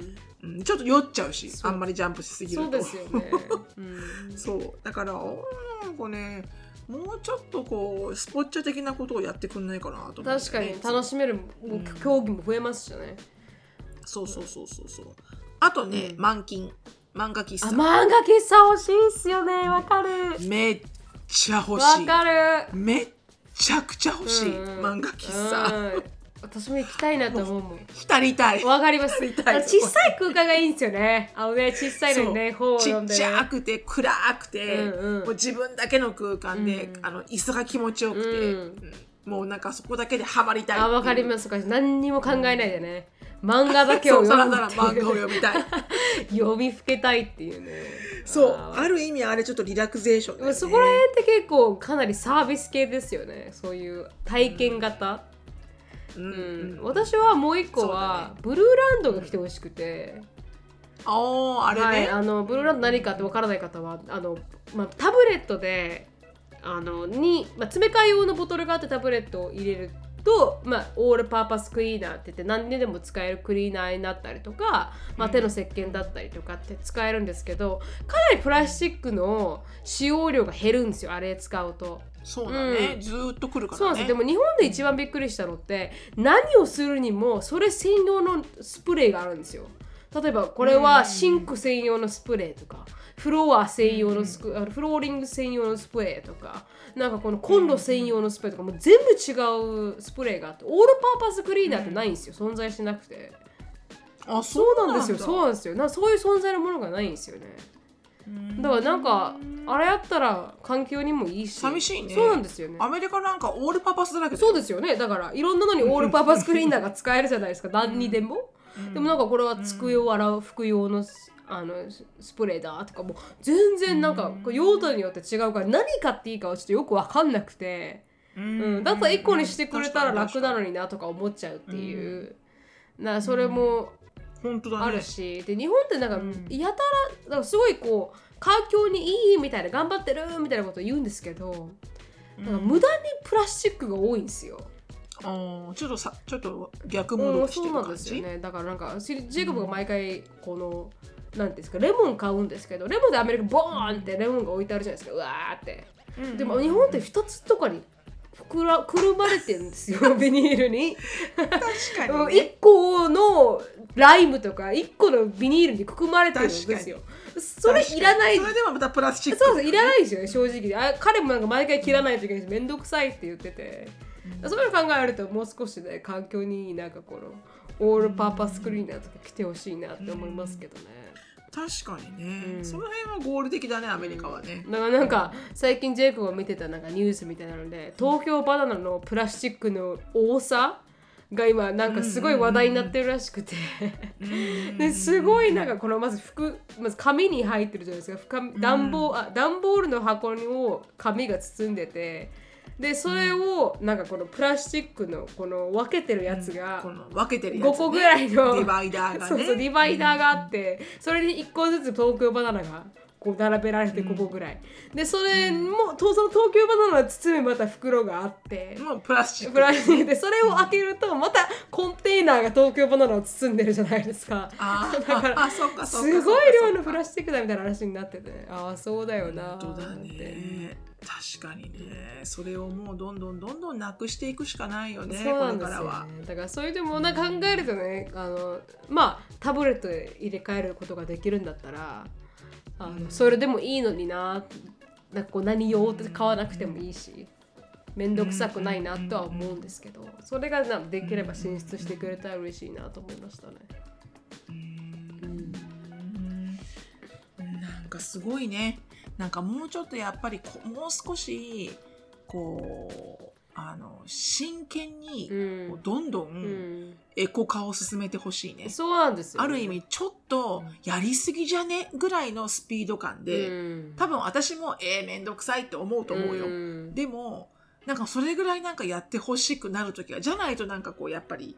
うん、ちょっと酔っちゃうし、あんまりジャンプしすぎると。 そうですよね、うん、 そうだからなんかねもうちょっとこうスポッチャ的なことをやってくんないかなと思って、ね、 確かに楽しめる、うん、競技も増えますしね。 そうそうそうそうそう。あとね、うん、満金漫画喫茶。 あ、漫画喫茶欲しいっすよね。わかる。 めっちゃ欲しい。 わかる。 めっちゃくちゃ欲しい、うん、漫画喫茶、 うん、私も行きたいなと思うもん。 浸りたい。 わかります。小さい空間がいいんですよね。あのね、小さいのにね、本を読んで、ね、 ちっちゃくて暗くて、うんうん、もう自分だけの空間で、うん、あの椅子が気持ちよくて、うんうん、もうなんかそこだけでハマりたい。 あ、わかります。何にも考えないでね。漫画だけを読むっていう。 そう、漫画を読みたい。 読みふけたいっていうね。 そう、ある意味あれちょっとリラクゼーションだよね。 そこら辺って結構かなりサービス系ですよね。そういう体験型。うんうんうん、私はもう一個は、ね、ブルーランドが来てほしくて。 おー、あれね、 はい、あのブルーランド何かってわからない方はあの、まあ、タブレットであのに、まあ、詰め替え用のボトルがあってタブレットを入れると、まあ、オールパーパスクリーナーって言って何にでも使えるクリーナーになったりとか、まあ、手の石鹸だったりとかって使えるんですけど、かなりプラスチックの使用量が減るんですよ、あれ使うと。 そうだね、うん、ずーっと来るからね。 そうなんですよ。でも日本で一番びっくりしたのって何をするにもそれ専用のスプレーがあるんですよ。例えばこれはシンク専用のスプレーとか、フロア専用のスク、フローリング専用のスプレーとか、なんかこのコンロ専用のスプレーとか、もう全部違うスプレーがあって、オールパーパスクリーナーってないんですよ、存在しなくて。 あ、そうなんですよ。そうなんですよ。なんかそういう存在のものがないんですよね。だからなんかあれやったら環境にもいいし、 寂しいね。 そうなんですよね。 アメリカなんかオールパーパスだらけだよ。 そうですよね。だからいろんなのにオールパーパスクリーナーが使えるじゃないですか、何にでも。でもなんかこれは机を洗う服用のあのスプレーだとか、もう全然なんか用途によって違うから何買っていいかはちょっとよく分かんなくて、うん、だったらいっこにしてくれたら楽なのになとか思っちゃうっていう、なそれもあるし、ね、で日本ってなんかやたらだからすごいこう環境にいいみたいな頑張ってるみたいなことを言うんですけど、なんか無駄にプラスチックが多いんですよ。 あちょっとさちょっと逆戻りしてる感じ。そうなんですよね。だからなんかジェイコブが毎回このなんですかレモン買うんですけど、レモンでアメリカボーンってレモンが置いてあるじゃないですか、うわーって、うん、でも日本ってふたつとかにくらくるまれてるんですよビニールに。 確かに、ね、 いっこのライムとかいっこのビニールに含まれてるんですよ。それいらない。 それでもまたプラスチック。 そうそういらないですよね、正直。あ彼もなんか毎回切らないといけないしめんどくさいって言ってて、うん、そういうの考えるともう少しね環境になんかこのオールパーパスクリーナーとか来てほしいなって思いますけどね。 確かにね、うん、その辺は合理的だね、アメリカはね。 だからなんか最近ジェイコブが見てたなんかニュースみたいなので、東京バナナのプラスチックの多さが今なんかすごい話題になってるらしくてですごいなんかこのまず服まず紙に入ってるじゃないですか、段ボあ段ボールの箱を紙が包んでて、でそれをなんかこのプラスチックのこの分けてるやつがこの分けてるやつ、ね、 ごこぐらいのディバイダーがね、 そうそうディバイダーがあって、それにいっこずつ東京バナナがこう並べられてごこぐらい、うん、でそれも、うん、その東京バナナを包むまた袋があって、 もうプラスチックプラスチックでそれを開けるとまたコンテイナーが東京バナナを包んでるじゃないですか。 あだからあそっかそっかすごい量のプラスチックだみたいな話になってて、ああそうだよな本当だね、確かにね。それをもうどんどんどんどんなくしていくしかないよね、 そうなんですよね、 これからは。 だからそういうでもな考えるとね、あのまあタブレットで入れ替えることができるんだったらあの、うん、それでもいいのにな、なんかこう何用って買わなくてもいいし、めんどくさくないなとは思うんですけど、それができれば進出してくれたら嬉しいなと思いましたね。 うんうん、なんかすごいね。なんかもうちょっとやっぱりこもう少しこうあの真剣にこうどんどんエコ化を進めてほしいね、 うん、そうなんですよ、ね、 ある意味ちょっとやりすぎじゃねぐらいのスピード感で、うん、多分私もえー、めんどくさいって思うと思うよ、うん、でもなんかそれぐらいなんかやってほしくなるときはじゃないとなんかこうやっぱり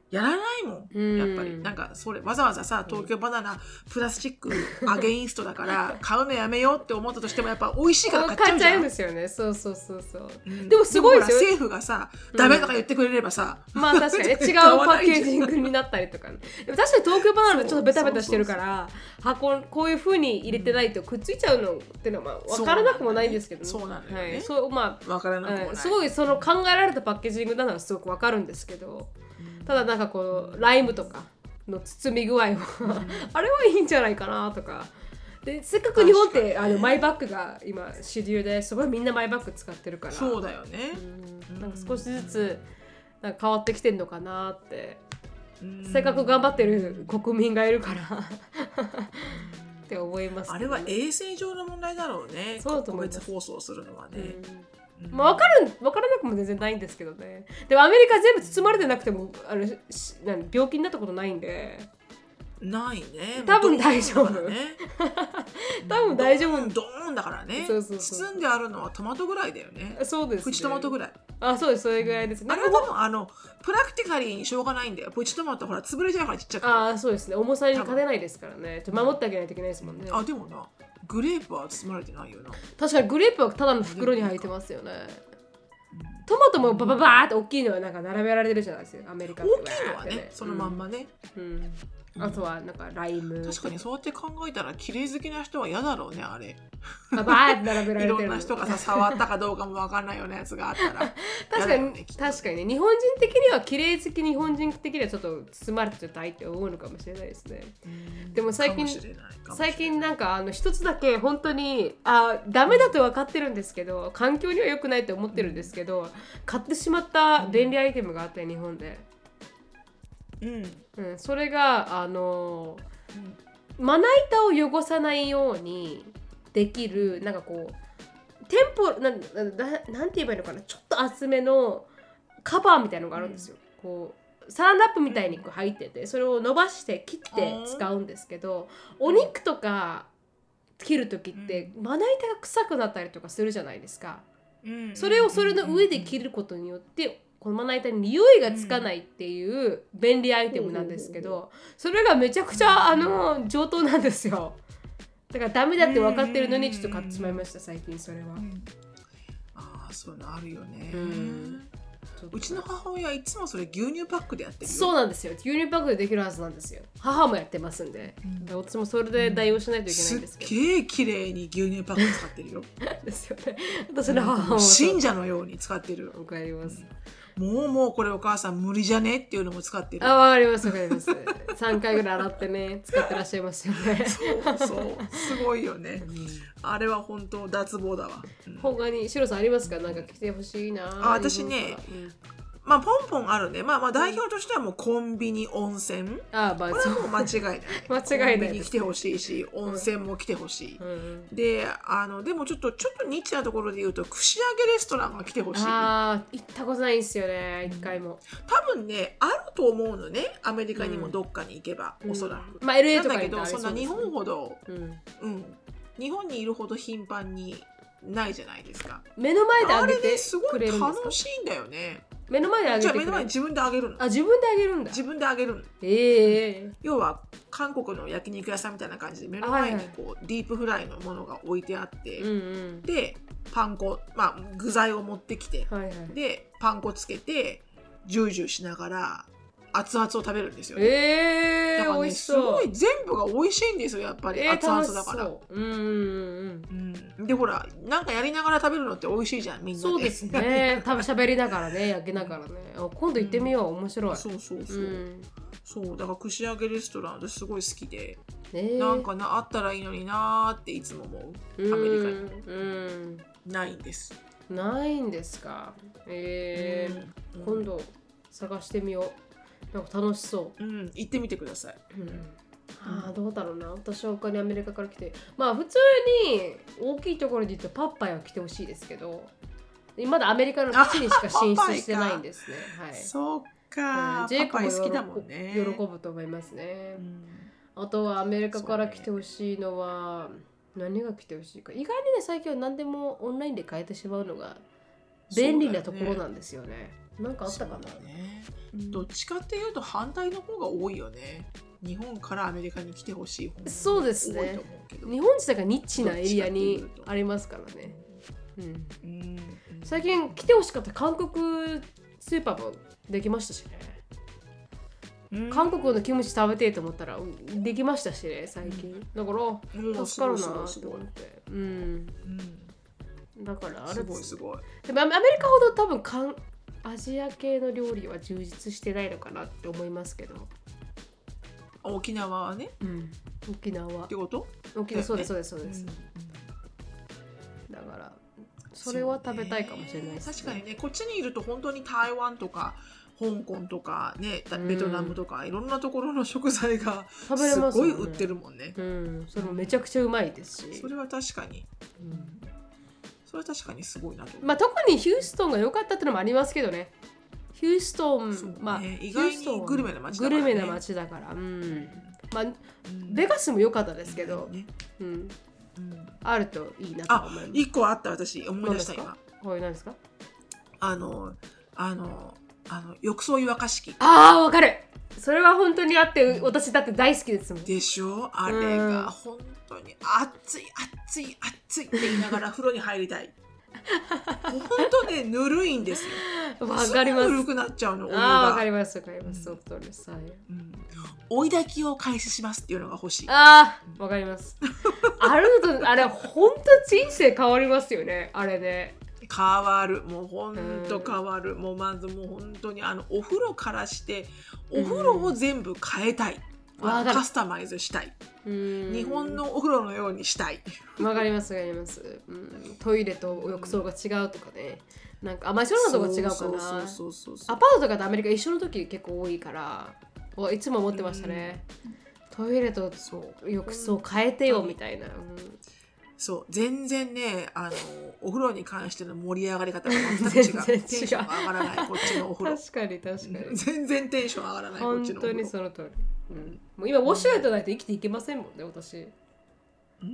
やらないもん。やっぱりなんかそれわざわざさ東京バナナプラスチックアゲインストだから買うのやめようって思ったとしてもやっぱ美味しいから買っちゃうじゃん。 買っちゃうんですよね。そうそうそうそう、うん、でもすごいですよ。 政府がさ、うん、ダメとか言ってくれればさ、 まあ確かに、ね、違うパッケージングになったりとか、ね、でも確かに東京バナナちょっとベタベタしてるから箱こういう風に入れてないとくっついちゃうのっていうのはまあ分からなくもないんですけど、ね、 そうなんだよね。 はい、そうまあ分からなくもない、 はい、すごいその考えられたパッケージングなのはすごく分かるんですけど、ただなんかこうライムとかの包み具合は、うん、あれはいいんじゃないかなとかで、せっかく日本って、ね、あのマイバッグが今主流ですごいみんなマイバッグ使ってるから、 そうだよね、 うん、なんか少しずつなんか変わってきてんのかなって、うん、せっかく頑張ってる国民がいるからって思います、ね、 あれは衛生上の問題だろうね。 そうと思います。 個別放送するのはね、うんまあ、分かる分からなくも全然ないんですけどね。でもアメリカ全部包まれてなくてもあの病気になったことないんで。 ないね。 多分大丈夫。ね、多分大丈夫。 ドーンだからね。そうそうそう、包んであるのはトマトぐらいだよね。 そうです、ね。 プチトマトぐらい。 あ、そうです。それぐらいですね。 あれは多分あのプラクティカリーにしょうがないんだよ。プチトマトほら潰れちゃうからちっちゃくて。 あ、そうですね。重さに勝てないですからね。守ってあげないといけないですもんね。 あ、でもな、グレープは包まれてないよな。 確かにグレープはただの袋に入ってますよね。トマトもバババーって大きいのはなんか並べられてるじゃないですか、アメリカって。 大きいのはね、そのまんまね、 うんうんうん、あとはなんかライム。 確かにそうやって考えたら綺麗好きな人は嫌だろうね、あれ。 ババーって並べられてる。 いろんな人がさ触ったかどうかも分かんないようなやつがあったら確かに、ね、確かにね、日本人的には綺麗好き、日本人的にはちょっと包まれてたいって思うのかもしれないですね。でも最近最近なんかあの一つだけ本当にあダメだと分かってるんですけど、環境には良くないと思ってるんですけど、買ってしまった便利アイテムがあって日本で、うんうん、それがあの、うん、まな板を汚さないようにできるなんかこうテンポな な, なんて言えばいいのかな、ちょっと厚めのカバーみたいのがあるんですよ、うん、こうサランラップみたいに入ってて、それを伸ばして切って使うんですけど、お肉とか切る時ってまな板が臭くなったりとかするじゃないですか。それをそれの上で切ることによってこのまな板に匂いがつかないっていう便利アイテムなんですけど、それがめちゃくちゃあの上等なんですよ。だからダメだって分かってるのにちょっと買ってしまいました、最近それは。 ああ、そういうのあるよね。うん、うちの母親いつもそれ牛乳パックでやってるよ。 そうなんですよ。牛乳パックでできるはずなんですよ。母もやってますんで、うん、私もそれで代用しないといけないんですけど、 すっげえ綺麗に牛乳パック使ってるよですよね。私の母も信者のように使ってる。 わかります。 もうもうこれお母さん無理じゃねっていうのも使ってる。 あ、わかりますわかります。さんかいぐらい洗ってね使ってらっしゃいますよね。 そうそうすごいよね、うん、あれは本当脱帽だわ、 うん、他にシロさんありますか？なんか来てほしいな。 あ、私ね、まあポンポンあるね。まあまあ代表としてはもうコンビニ温泉。ああ、まあ、これはもう間違いない。 間違いない。 コンビニ来てほしいし、温泉も来てほしい。うんうん、で、あのでもちょっとちょっとニッチなところで言うと串揚げレストランが来てほしい。 ああ、行ったことないんですよね、一回も。 多分ねあると思うのね。アメリカにもどっかに行けば、うん、おそらく。 まあ エルエー とかだけどそんな日本ほど、うん、うん、日本にいるほど頻繁にないじゃないですか。 目の前であげてくれるんですか？ あれねすごい楽しいんだよね。 目の前であげてくれる。 じゃあ目の前に自分であげるの。 あ、自分であげるんだ。 自分であげるの。 ええー。 要は韓国の焼肉屋さんみたいな感じで目の前にこう、はいはい、ディープフライのものが置いてあって、うんうん、でパン粉、まあ具材を持ってきて、はいはい、でパン粉つけてジュージューしながら熱々を食べるんですよ、ね。 えー、 だからね、すごい全部が美味しいんですよ、やっぱり、 えー、 熱々だから。 うんうんうんうん。でほら、なんかやりながら食べるのって美味しいじゃん、みんなで。 そうですね。多分喋りながらね、焼きながらね。今度行ってみよう、面白い。 そうそうそう。うん、そうだから串揚げレストラン私すごい好きで、えー、なんかなあったらいいのになーっていつも思う。アメリカに。うん、ないんです。 ないんですか。えー、今度探してみよう。なんか楽しそう。 うん、行ってみてください。うん、 ああ、どうだろうな。私は他にアメリカから来て、まあ普通に大きいところで言うとパッパイは来てほしいですけど、まだアメリカの基地にしか進出してないんですね。はい。 そうか。うん、 ジェイクも好きだもんね。 喜ぶと思いますね。うん、あとはアメリカから来てほしいのは、ね、何が来てほしいか。意外にね最近は何でもオンラインで買えてしまうのが便利なところなんですよね。なんかあったかな、 ね、どっちかっていうと反対の方が多いよね。日本からアメリカに来てほしい方がそうですね。日本自体がニッチなエリアにありますからね。うんうん、最近来てほしかった韓国スーパーもできましたしね。韓国のキムチ食べてと思ったらできましたしね最近。だから助かるなと思って。うん。だからあれすごいすごい。 でもアメリカほど多分かんアジア系の料理は充実してないのかなって思いますけど。 沖縄はね。 うん。沖縄。 ってこと？ 沖縄、そうですそうですそうです。うん、だからそれは食べたいかもしれないです、ね。 確かにね、こっちにいると本当に台湾とか香港とかね、ベトナムとか、うん、いろんなところの食材がすごい売ってるもんね。 うん、それもめちゃくちゃうまいですし。 それは確かに。うんそれは確かにすごいなと思う。 まあ、特にヒューストンが良かったってのもありますけどね。ヒューストン、ねまあ、 意外にグルメな街だから、ね、 グルメな街だから、うんまあうん、ベガスも良かったですけど、ねうんうん、あるといいなと思います。 あ、一個あった私思い出した今。 これ何ですか？ あのあのあの浴槽湯沸かし器。 ああわかる。それは本当にあって私だって大好きですもん。 でしょ？あれが本当に熱い熱い熱いって言いながら風呂に入りたい。本当ねぬるいんですよ。 わかります。 すぐぬるくなっちゃうのお湯が。 ああわかりますわかります。うん、そうです。はい。うん、 追い焚きを開始しますっていうのが欲しい。 ああわかります。あるとあれ本当人生変わりますよねあれで。 変わるもうほんと変わる、うん、もうまずもう本当にあのお風呂からしてお風呂を全部変えたい、うん、カスタマイズしたい、うん、日本のお風呂のようにしたい。 わかりますわかります、うん、トイレと浴槽が違うとかねなんかあまあそういうのとこ違うかな。アパートとかとアメリカ一緒の時結構多いからいつも思ってましたね、うん、トイレと浴槽変えてよみたいな、うんそう全然ねあのお風呂に関しての盛り上がり方が全然違う。テンション上がらないこっちのお風呂。 確かに確かに全然テンション上がらないこっちのお風呂。 本当にその通り、うん、もう今ウォシュレットないと生きていけませんもんね私、 うん、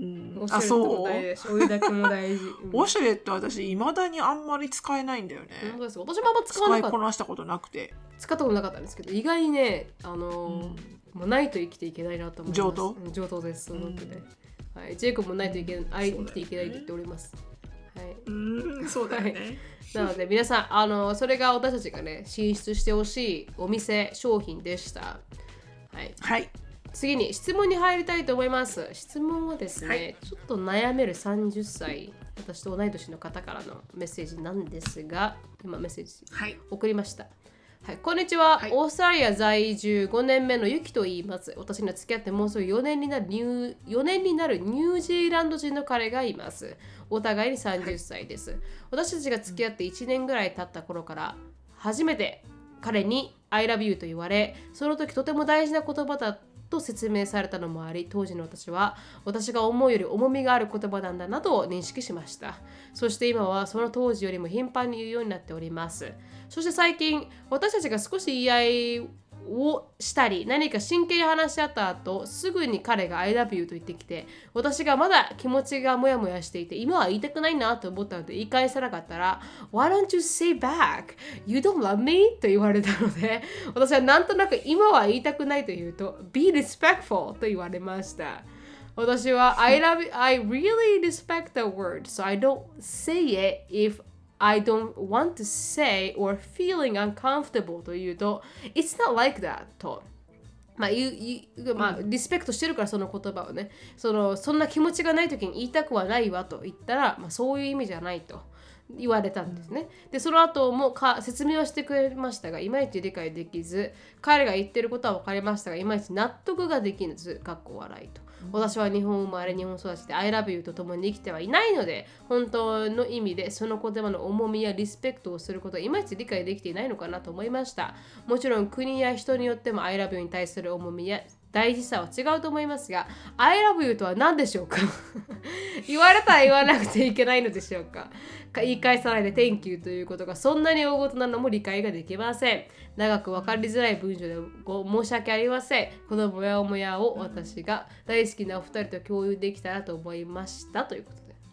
あそうお湯だけも大事、 うん、ウォシュレット私いまだにあんまり使えないんだよね。 私もあんま使わなかった。 使いこなしたことなくて使ったことなかったんですけど意外にねあのーうん、もうないと生きていけないなと思います。 上等上等ですすごくね、はい、ジェイコブもないといけない、生きていけないと言っております。はい、 うんそうだよね、 はい、なので皆さんあのそれが私たちがね進出してほしいお店商品でした。はい、 はい、 次に質問に入りたいと思います。質問はですね、はい、ちょっと悩めるさんじゅっさい私と同い年の方からのメッセージなんですが今メッセージ送りました。はいはい、こんにちは、はい、オーストラリア在住ごねんめのユキと言います。私には付き合ってもうすぐよねんになるニュー、よねんになるニュージーランド人の彼がいます。お互いにさんじゅっさいです。はい、私たちが付き合っていちねんぐらい経った頃から初めて彼に I love you と言われ、その時とても大事な言葉だと説明されたのもあり、当時の私は私が思うより重みがある言葉なんだなと認識しました。そして今はその当時よりも頻繁に言うようになっております。そして最近私たちが少し言い合いをしたり何か真剣に話し合った後すぐに彼が I love you と言ってきて私がまだ気持ちがモヤモヤしていて今は言いたくないなと思ったので言い返さなかったら Why don't you say back? You don't love me? と言われたので私はなんとなく今は言いたくないと言うと Be respectful と言われました。私は I love you, I really respect the word so I don't say it if I don't want to say or feeling uncomfortable というと It's not like that とまあ、言うまあ、リスペクトしてるからその言葉をねそのそんな気持ちがない時に言いたくはないわと言ったら、まあ、そういう意味じゃないと言われたんですね。でその後もか説明はしてくれましたがいまいち理解できず彼が言ってることは分かりましたがいまいち納得ができずかっこ笑いと私は日本生まれ日本育ちで I love you と共に生きてはいないので本当の意味でその言葉の重みやリスペクトをすることはいまいち理解できていないのかなと思いました。もちろん国や人によっても I love you に対する重みや大事さは違うと思いますが I love you とは何でしょうか言われたら言わなくていけないのでしょうか言い返さないで Thank you ということがそんなに大事なのも理解ができません。長く分かりづらい文章でご申し訳ありません。このモヤモヤを私が大好きなお二人と共有できたらと思いましたということで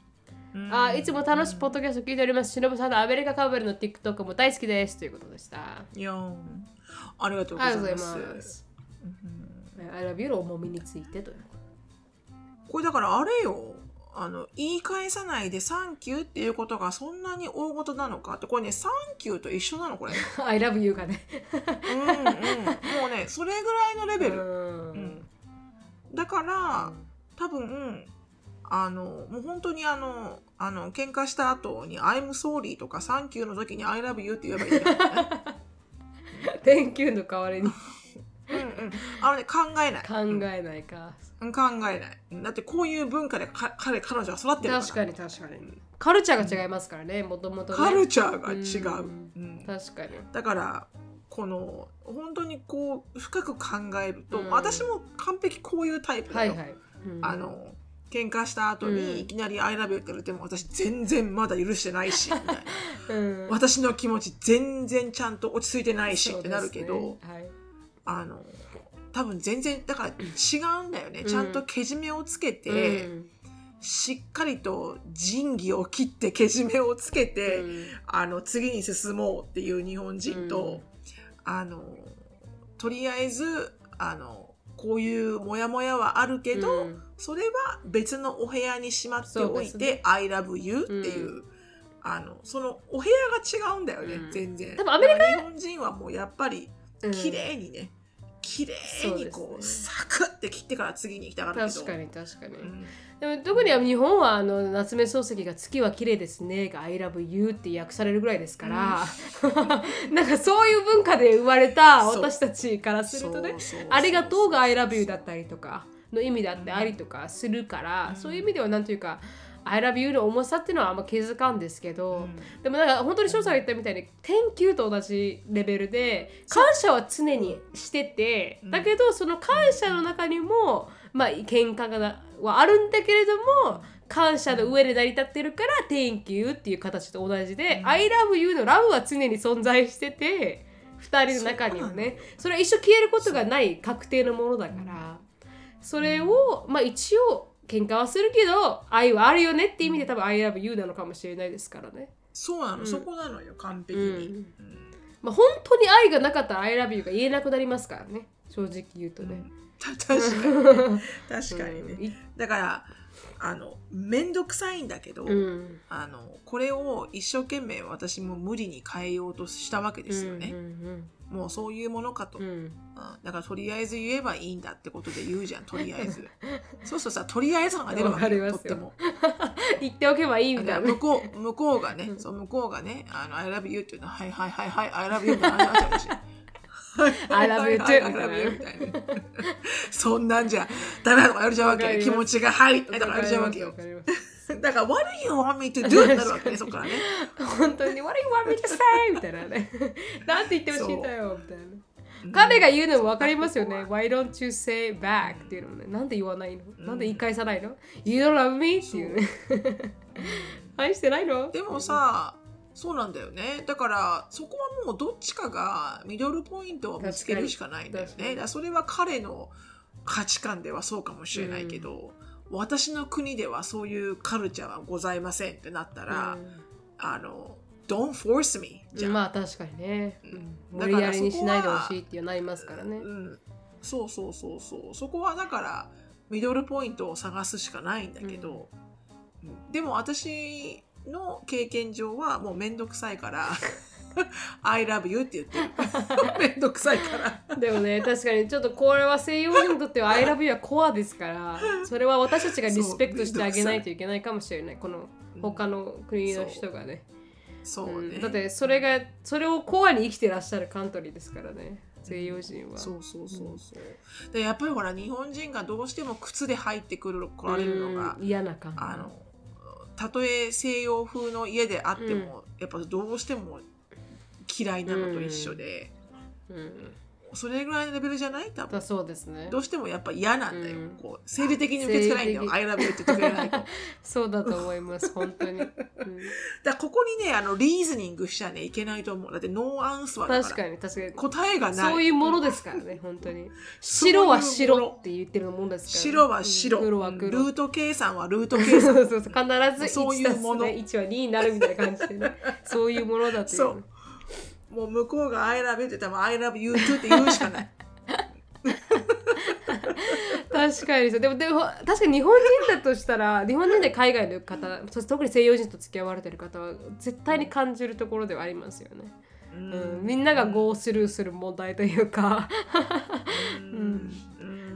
あいつも楽しいポッドキャスト聞いております。しのぶさんのアメリカかぶれの TikTok も大好きですということでした。 いやありがとうございます。ます I love you の重みについてというこれだからあれよあの言い返さないでサンキューっていうことがそんなに大事なのかってこれねサンキューと一緒なのこれ I love you がねうんうんもうねそれぐらいのレベル、うん、だから、うん、多分あのもう本当にあのあの喧嘩した後に I'm sorry とか Thank you の時に I love you って言えばいいんだよね Thank you の代わりにうんうんあのね考えない考えないか、 うん、考えないだってこういう文化でか彼彼女は育ってるから確かに確かにカルチャーが違いますからねもともとカルチャーが違う、 うんうん、確かにだからこの本当にこう深く考えると、うん、私も完璧こういうタイプだよ、はいはいうん、あの喧嘩した後にいきなり I love you って言われても私全然まだ許してないしみたいな、うん、私の気持ち全然ちゃんと落ち着いてないしってなるけど、ねはい、あの多分全然だから違うんだよね、うん、ちゃんとけじめをつけて、うん、しっかりと仁義を切ってけじめをつけて、うん、あの次に進もうっていう日本人と、うん、あのとりあえずあのこういうモヤモヤはあるけど、うん、それは別のお部屋にしまっておいて、ね、I love you っていう、うん、あのそのお部屋が違うんだよね、うん、全然。 多分アメリカ日本人はもうやっぱり綺麗にね、うん、綺麗にこう、ね、サクッて切ってから次に行きたがるけど。 確かに確かに。うん、でも特に日本はあの夏目漱石が月は綺麗ですねが I love you って訳されるぐらいですから、うん、なんかそういう文化で生まれた私たちからするとねありがとうが I love you だったりとかの意味だってありとかするから、うん、そういう意味ではなんというかI love you の重さっていうのはあんま気づかんですけど、うん、でもなんか本当に翔さんが言ったみたいに Thank you と同じレベルで感謝は常にしてて、だけどその感謝の中にもまあ喧嘩がはあるんだけれども感謝の上で成り立ってるから Thank you っていう形と同じで、うん、I love you のラブは常に存在しててふたりの中にはねそれは一生消えることがない確定のものだからそれをまあ一応喧嘩はするけど愛はあるよねって意味で多分 I love you なのかもしれないですからね。 そうなの、うん、そこなのよ完璧に、うんうんまあ、本当に愛がなかったら I love you が言えなくなりますからね正直言うとね、うん確かに確かにね、うん、だからあのめんどくさいんだけど、うん、あのこれを一生懸命私も無理に変えようとしたわけですよね、うんうんうん、もうそういうものかと、うんうん、だからとりあえず言えばいいんだってことで言うじゃんとりあえずそうそうさとりあえずが出るわけよとっても言っておけばいいみたいな向こう向こうがね、うん、そう向こうがねあの I love you っていうのははいはいはいはい I love you って話になっちゃうし I love you too みたいなそんなんじゃダメだとかやるじゃうわけ気持ちが入ってとかやるじゃうわけよだから What do you want me to do? ってなるわけねそこからね本当に What do you want me to say? みたいなねなんて言ってほしいんだよみたいな彼が言うのも分かりますよね Why don't you say back? っていうのもねなんで言わないのなんで言い返さないの You don't love me? っていうね愛してないのでもさそうなんだよねだからそこはもうどっちかがミドルポイントを見つけるしかないんだよねだからそれは彼の価値観ではそうかもしれないけど、うん、私の国ではそういうカルチャーはございませんってなったら、うん、あの Don't force me じゃんまあ確かにね、うん、無理やりにしないでほしいってなりますからね、うん、 そうそうそうそうそこはだからミドルポイントを探すしかないんだけど、うん、でも私の経験上はもうめんどくさいからI love you って言ってるめんどくさいからでもね確かにちょっとこれは西洋人にとっては I love you はコアですからそれは私たちがリスペクトしてあげないといけないかもしれないこの他の国の人がね、 うん、そう、そうね、 うん、だってそれがそれをコアに生きてらっしゃるカントリーですからね西洋人はそうそうそうそう、うん、でやっぱりほら日本人がどうしても靴で入ってくる来られるのが、 うん、嫌な感じあのたとえ西洋風の家であっても、うん、やっぱどうしても嫌いなのと一緒で、うんうん、 それぐらいのレベルじゃない多分。 だそうですね。 どうしてもやっぱ嫌なんだよ。 うん、 こう生理的に受け付けないんだよ。I love you って言ってくれないと。 そうだと思います、本当に。うん、だからここにね、あの、リーズニングしちゃね、いけないと思う。だってノーアンスはだから。 確かに、確かに。 答えがない。 そういうものですからね、本当に。白は白って言ってるもんですから、ね。 白は白。 うん、黒は黒。 ルート計算はルート計算。 そうそうそう。必ずそういうもの。 いちはにになるみたいな感じでね。そういうものだという。 そう。もう向こうが I love you って言ったら I love you too って言うしかない。 確かにそう。でも、でも確かに日本人だとしたら、日本人で海外の方、そして特に西洋人と付き合われてる方は絶対に感じるところではありますよね。うん、みんながゴースルーする問題というか、うん、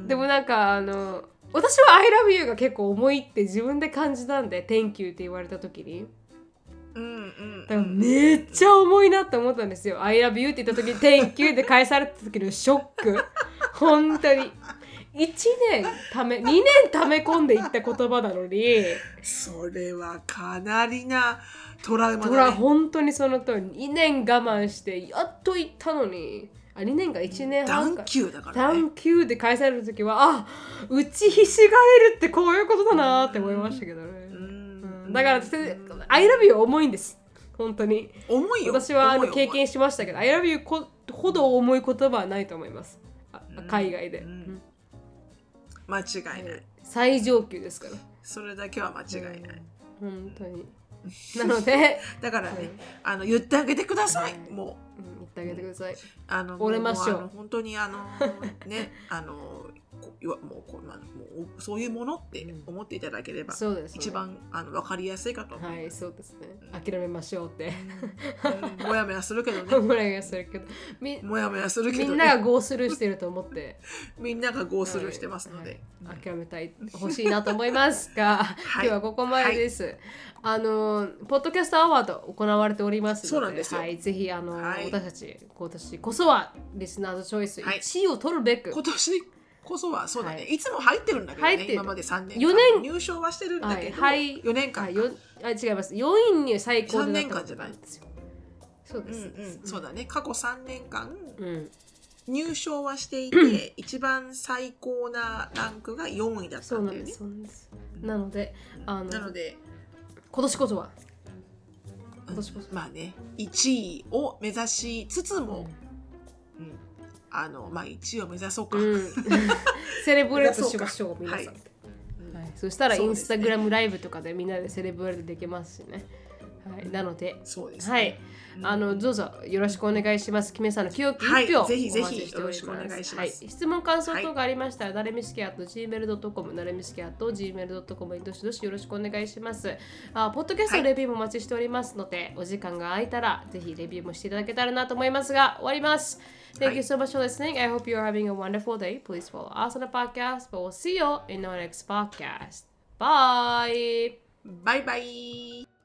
でもなんかあの私は I love you が結構重いって自分で感じたんで Thank you って言われた時に、 うんうん、 だからめっちゃ重いなって思ったんですよ。 I love you って言った時に Thank you って返された時のショック本当にいちねんためにねんため込んでいった言葉なのに、 それはかなりなトラウマだね。 トラ本当にその通りにねん我慢してやっと行ったのに、あにねんかいちねんはんか Thank youだからね。 Thank you で返される時は、あ、打ちひしがれるってこういうことだなって思いましたけどね。うんうん、だから I love you 重いんです本当に。 重いよ。 私はあの経験しましたけど I love you ほど重い言葉はないと思います、海外で、うんうん、 間違いない。 最上級ですから。 それだけは間違いない。 うん、本当に。なのでだからね、はい、あの言ってあげてください。もう、 うん、言ってあげてください。 あの折れましょう。 本当にあのねあのもうこう、まあ、もうそういうものって思っていただければ、うんね、一番あの分かりやすいかと思います。 はい、そうですね。諦めましょうって。 うん、もやもやするけどね。 もやもやするけど。 みもやもやするけど、ね、 みんながゴースルーしてると思って。 みんながゴースルーしてますので、 はいはい、諦めたい欲しいなと思いますが、はい、今日はここまでです。はい、あのポッドキャストアワード行われておりますので、 そうなんですよ。 はい、ぜひあの、 はい、 私たち今年こそはリスナーズチョイスいちいを取るべく、 はい、今年こそはそうだね、はい、いつも入ってるんだけどね、今までさんねんかんよねん入賞はしてるんだけど、 はい、 よねんかん、 はい、よあ違います、よにんに最高でなったことなんですよ。そうです、 うんうん、そうだね、過去さんねんかん、 うん、 入賞はしていて、うん、一番最高なランクがよんいだったんだよね。 そうなんです、そうなんです。なので、あのなので今年こそは今年こそ、 うん、まあねいちいを目指しつつも、うんうん、あのまあいちいを目指そうか、うん、 セレブレートしましょう皆さん、はいはい、そしたらインスタグラムライブとかでみんなでセレブレートできますしね、はい、なのでそうですね、 はい、あのどうぞよろしくお願いします。キメさんの清き一票、はい、 ぜひぜひよろしくお願いします。 はい、質問感想等がありましたら、はい、なれみすけ at ジーメールドットコム なれみすけ at ジーメールドットコム にどしどしよろしくお願いします。あポッドキャストのレビューもお待ちしておりますので、はい、お時間が空いたらぜひレビューもしていただけたらなと思いますが、終わります。Thank you so much for listening. I hope you are having a wonderful day. Please follow us on the podcast, but we'll see you in our next podcast. Bye! Bye bye!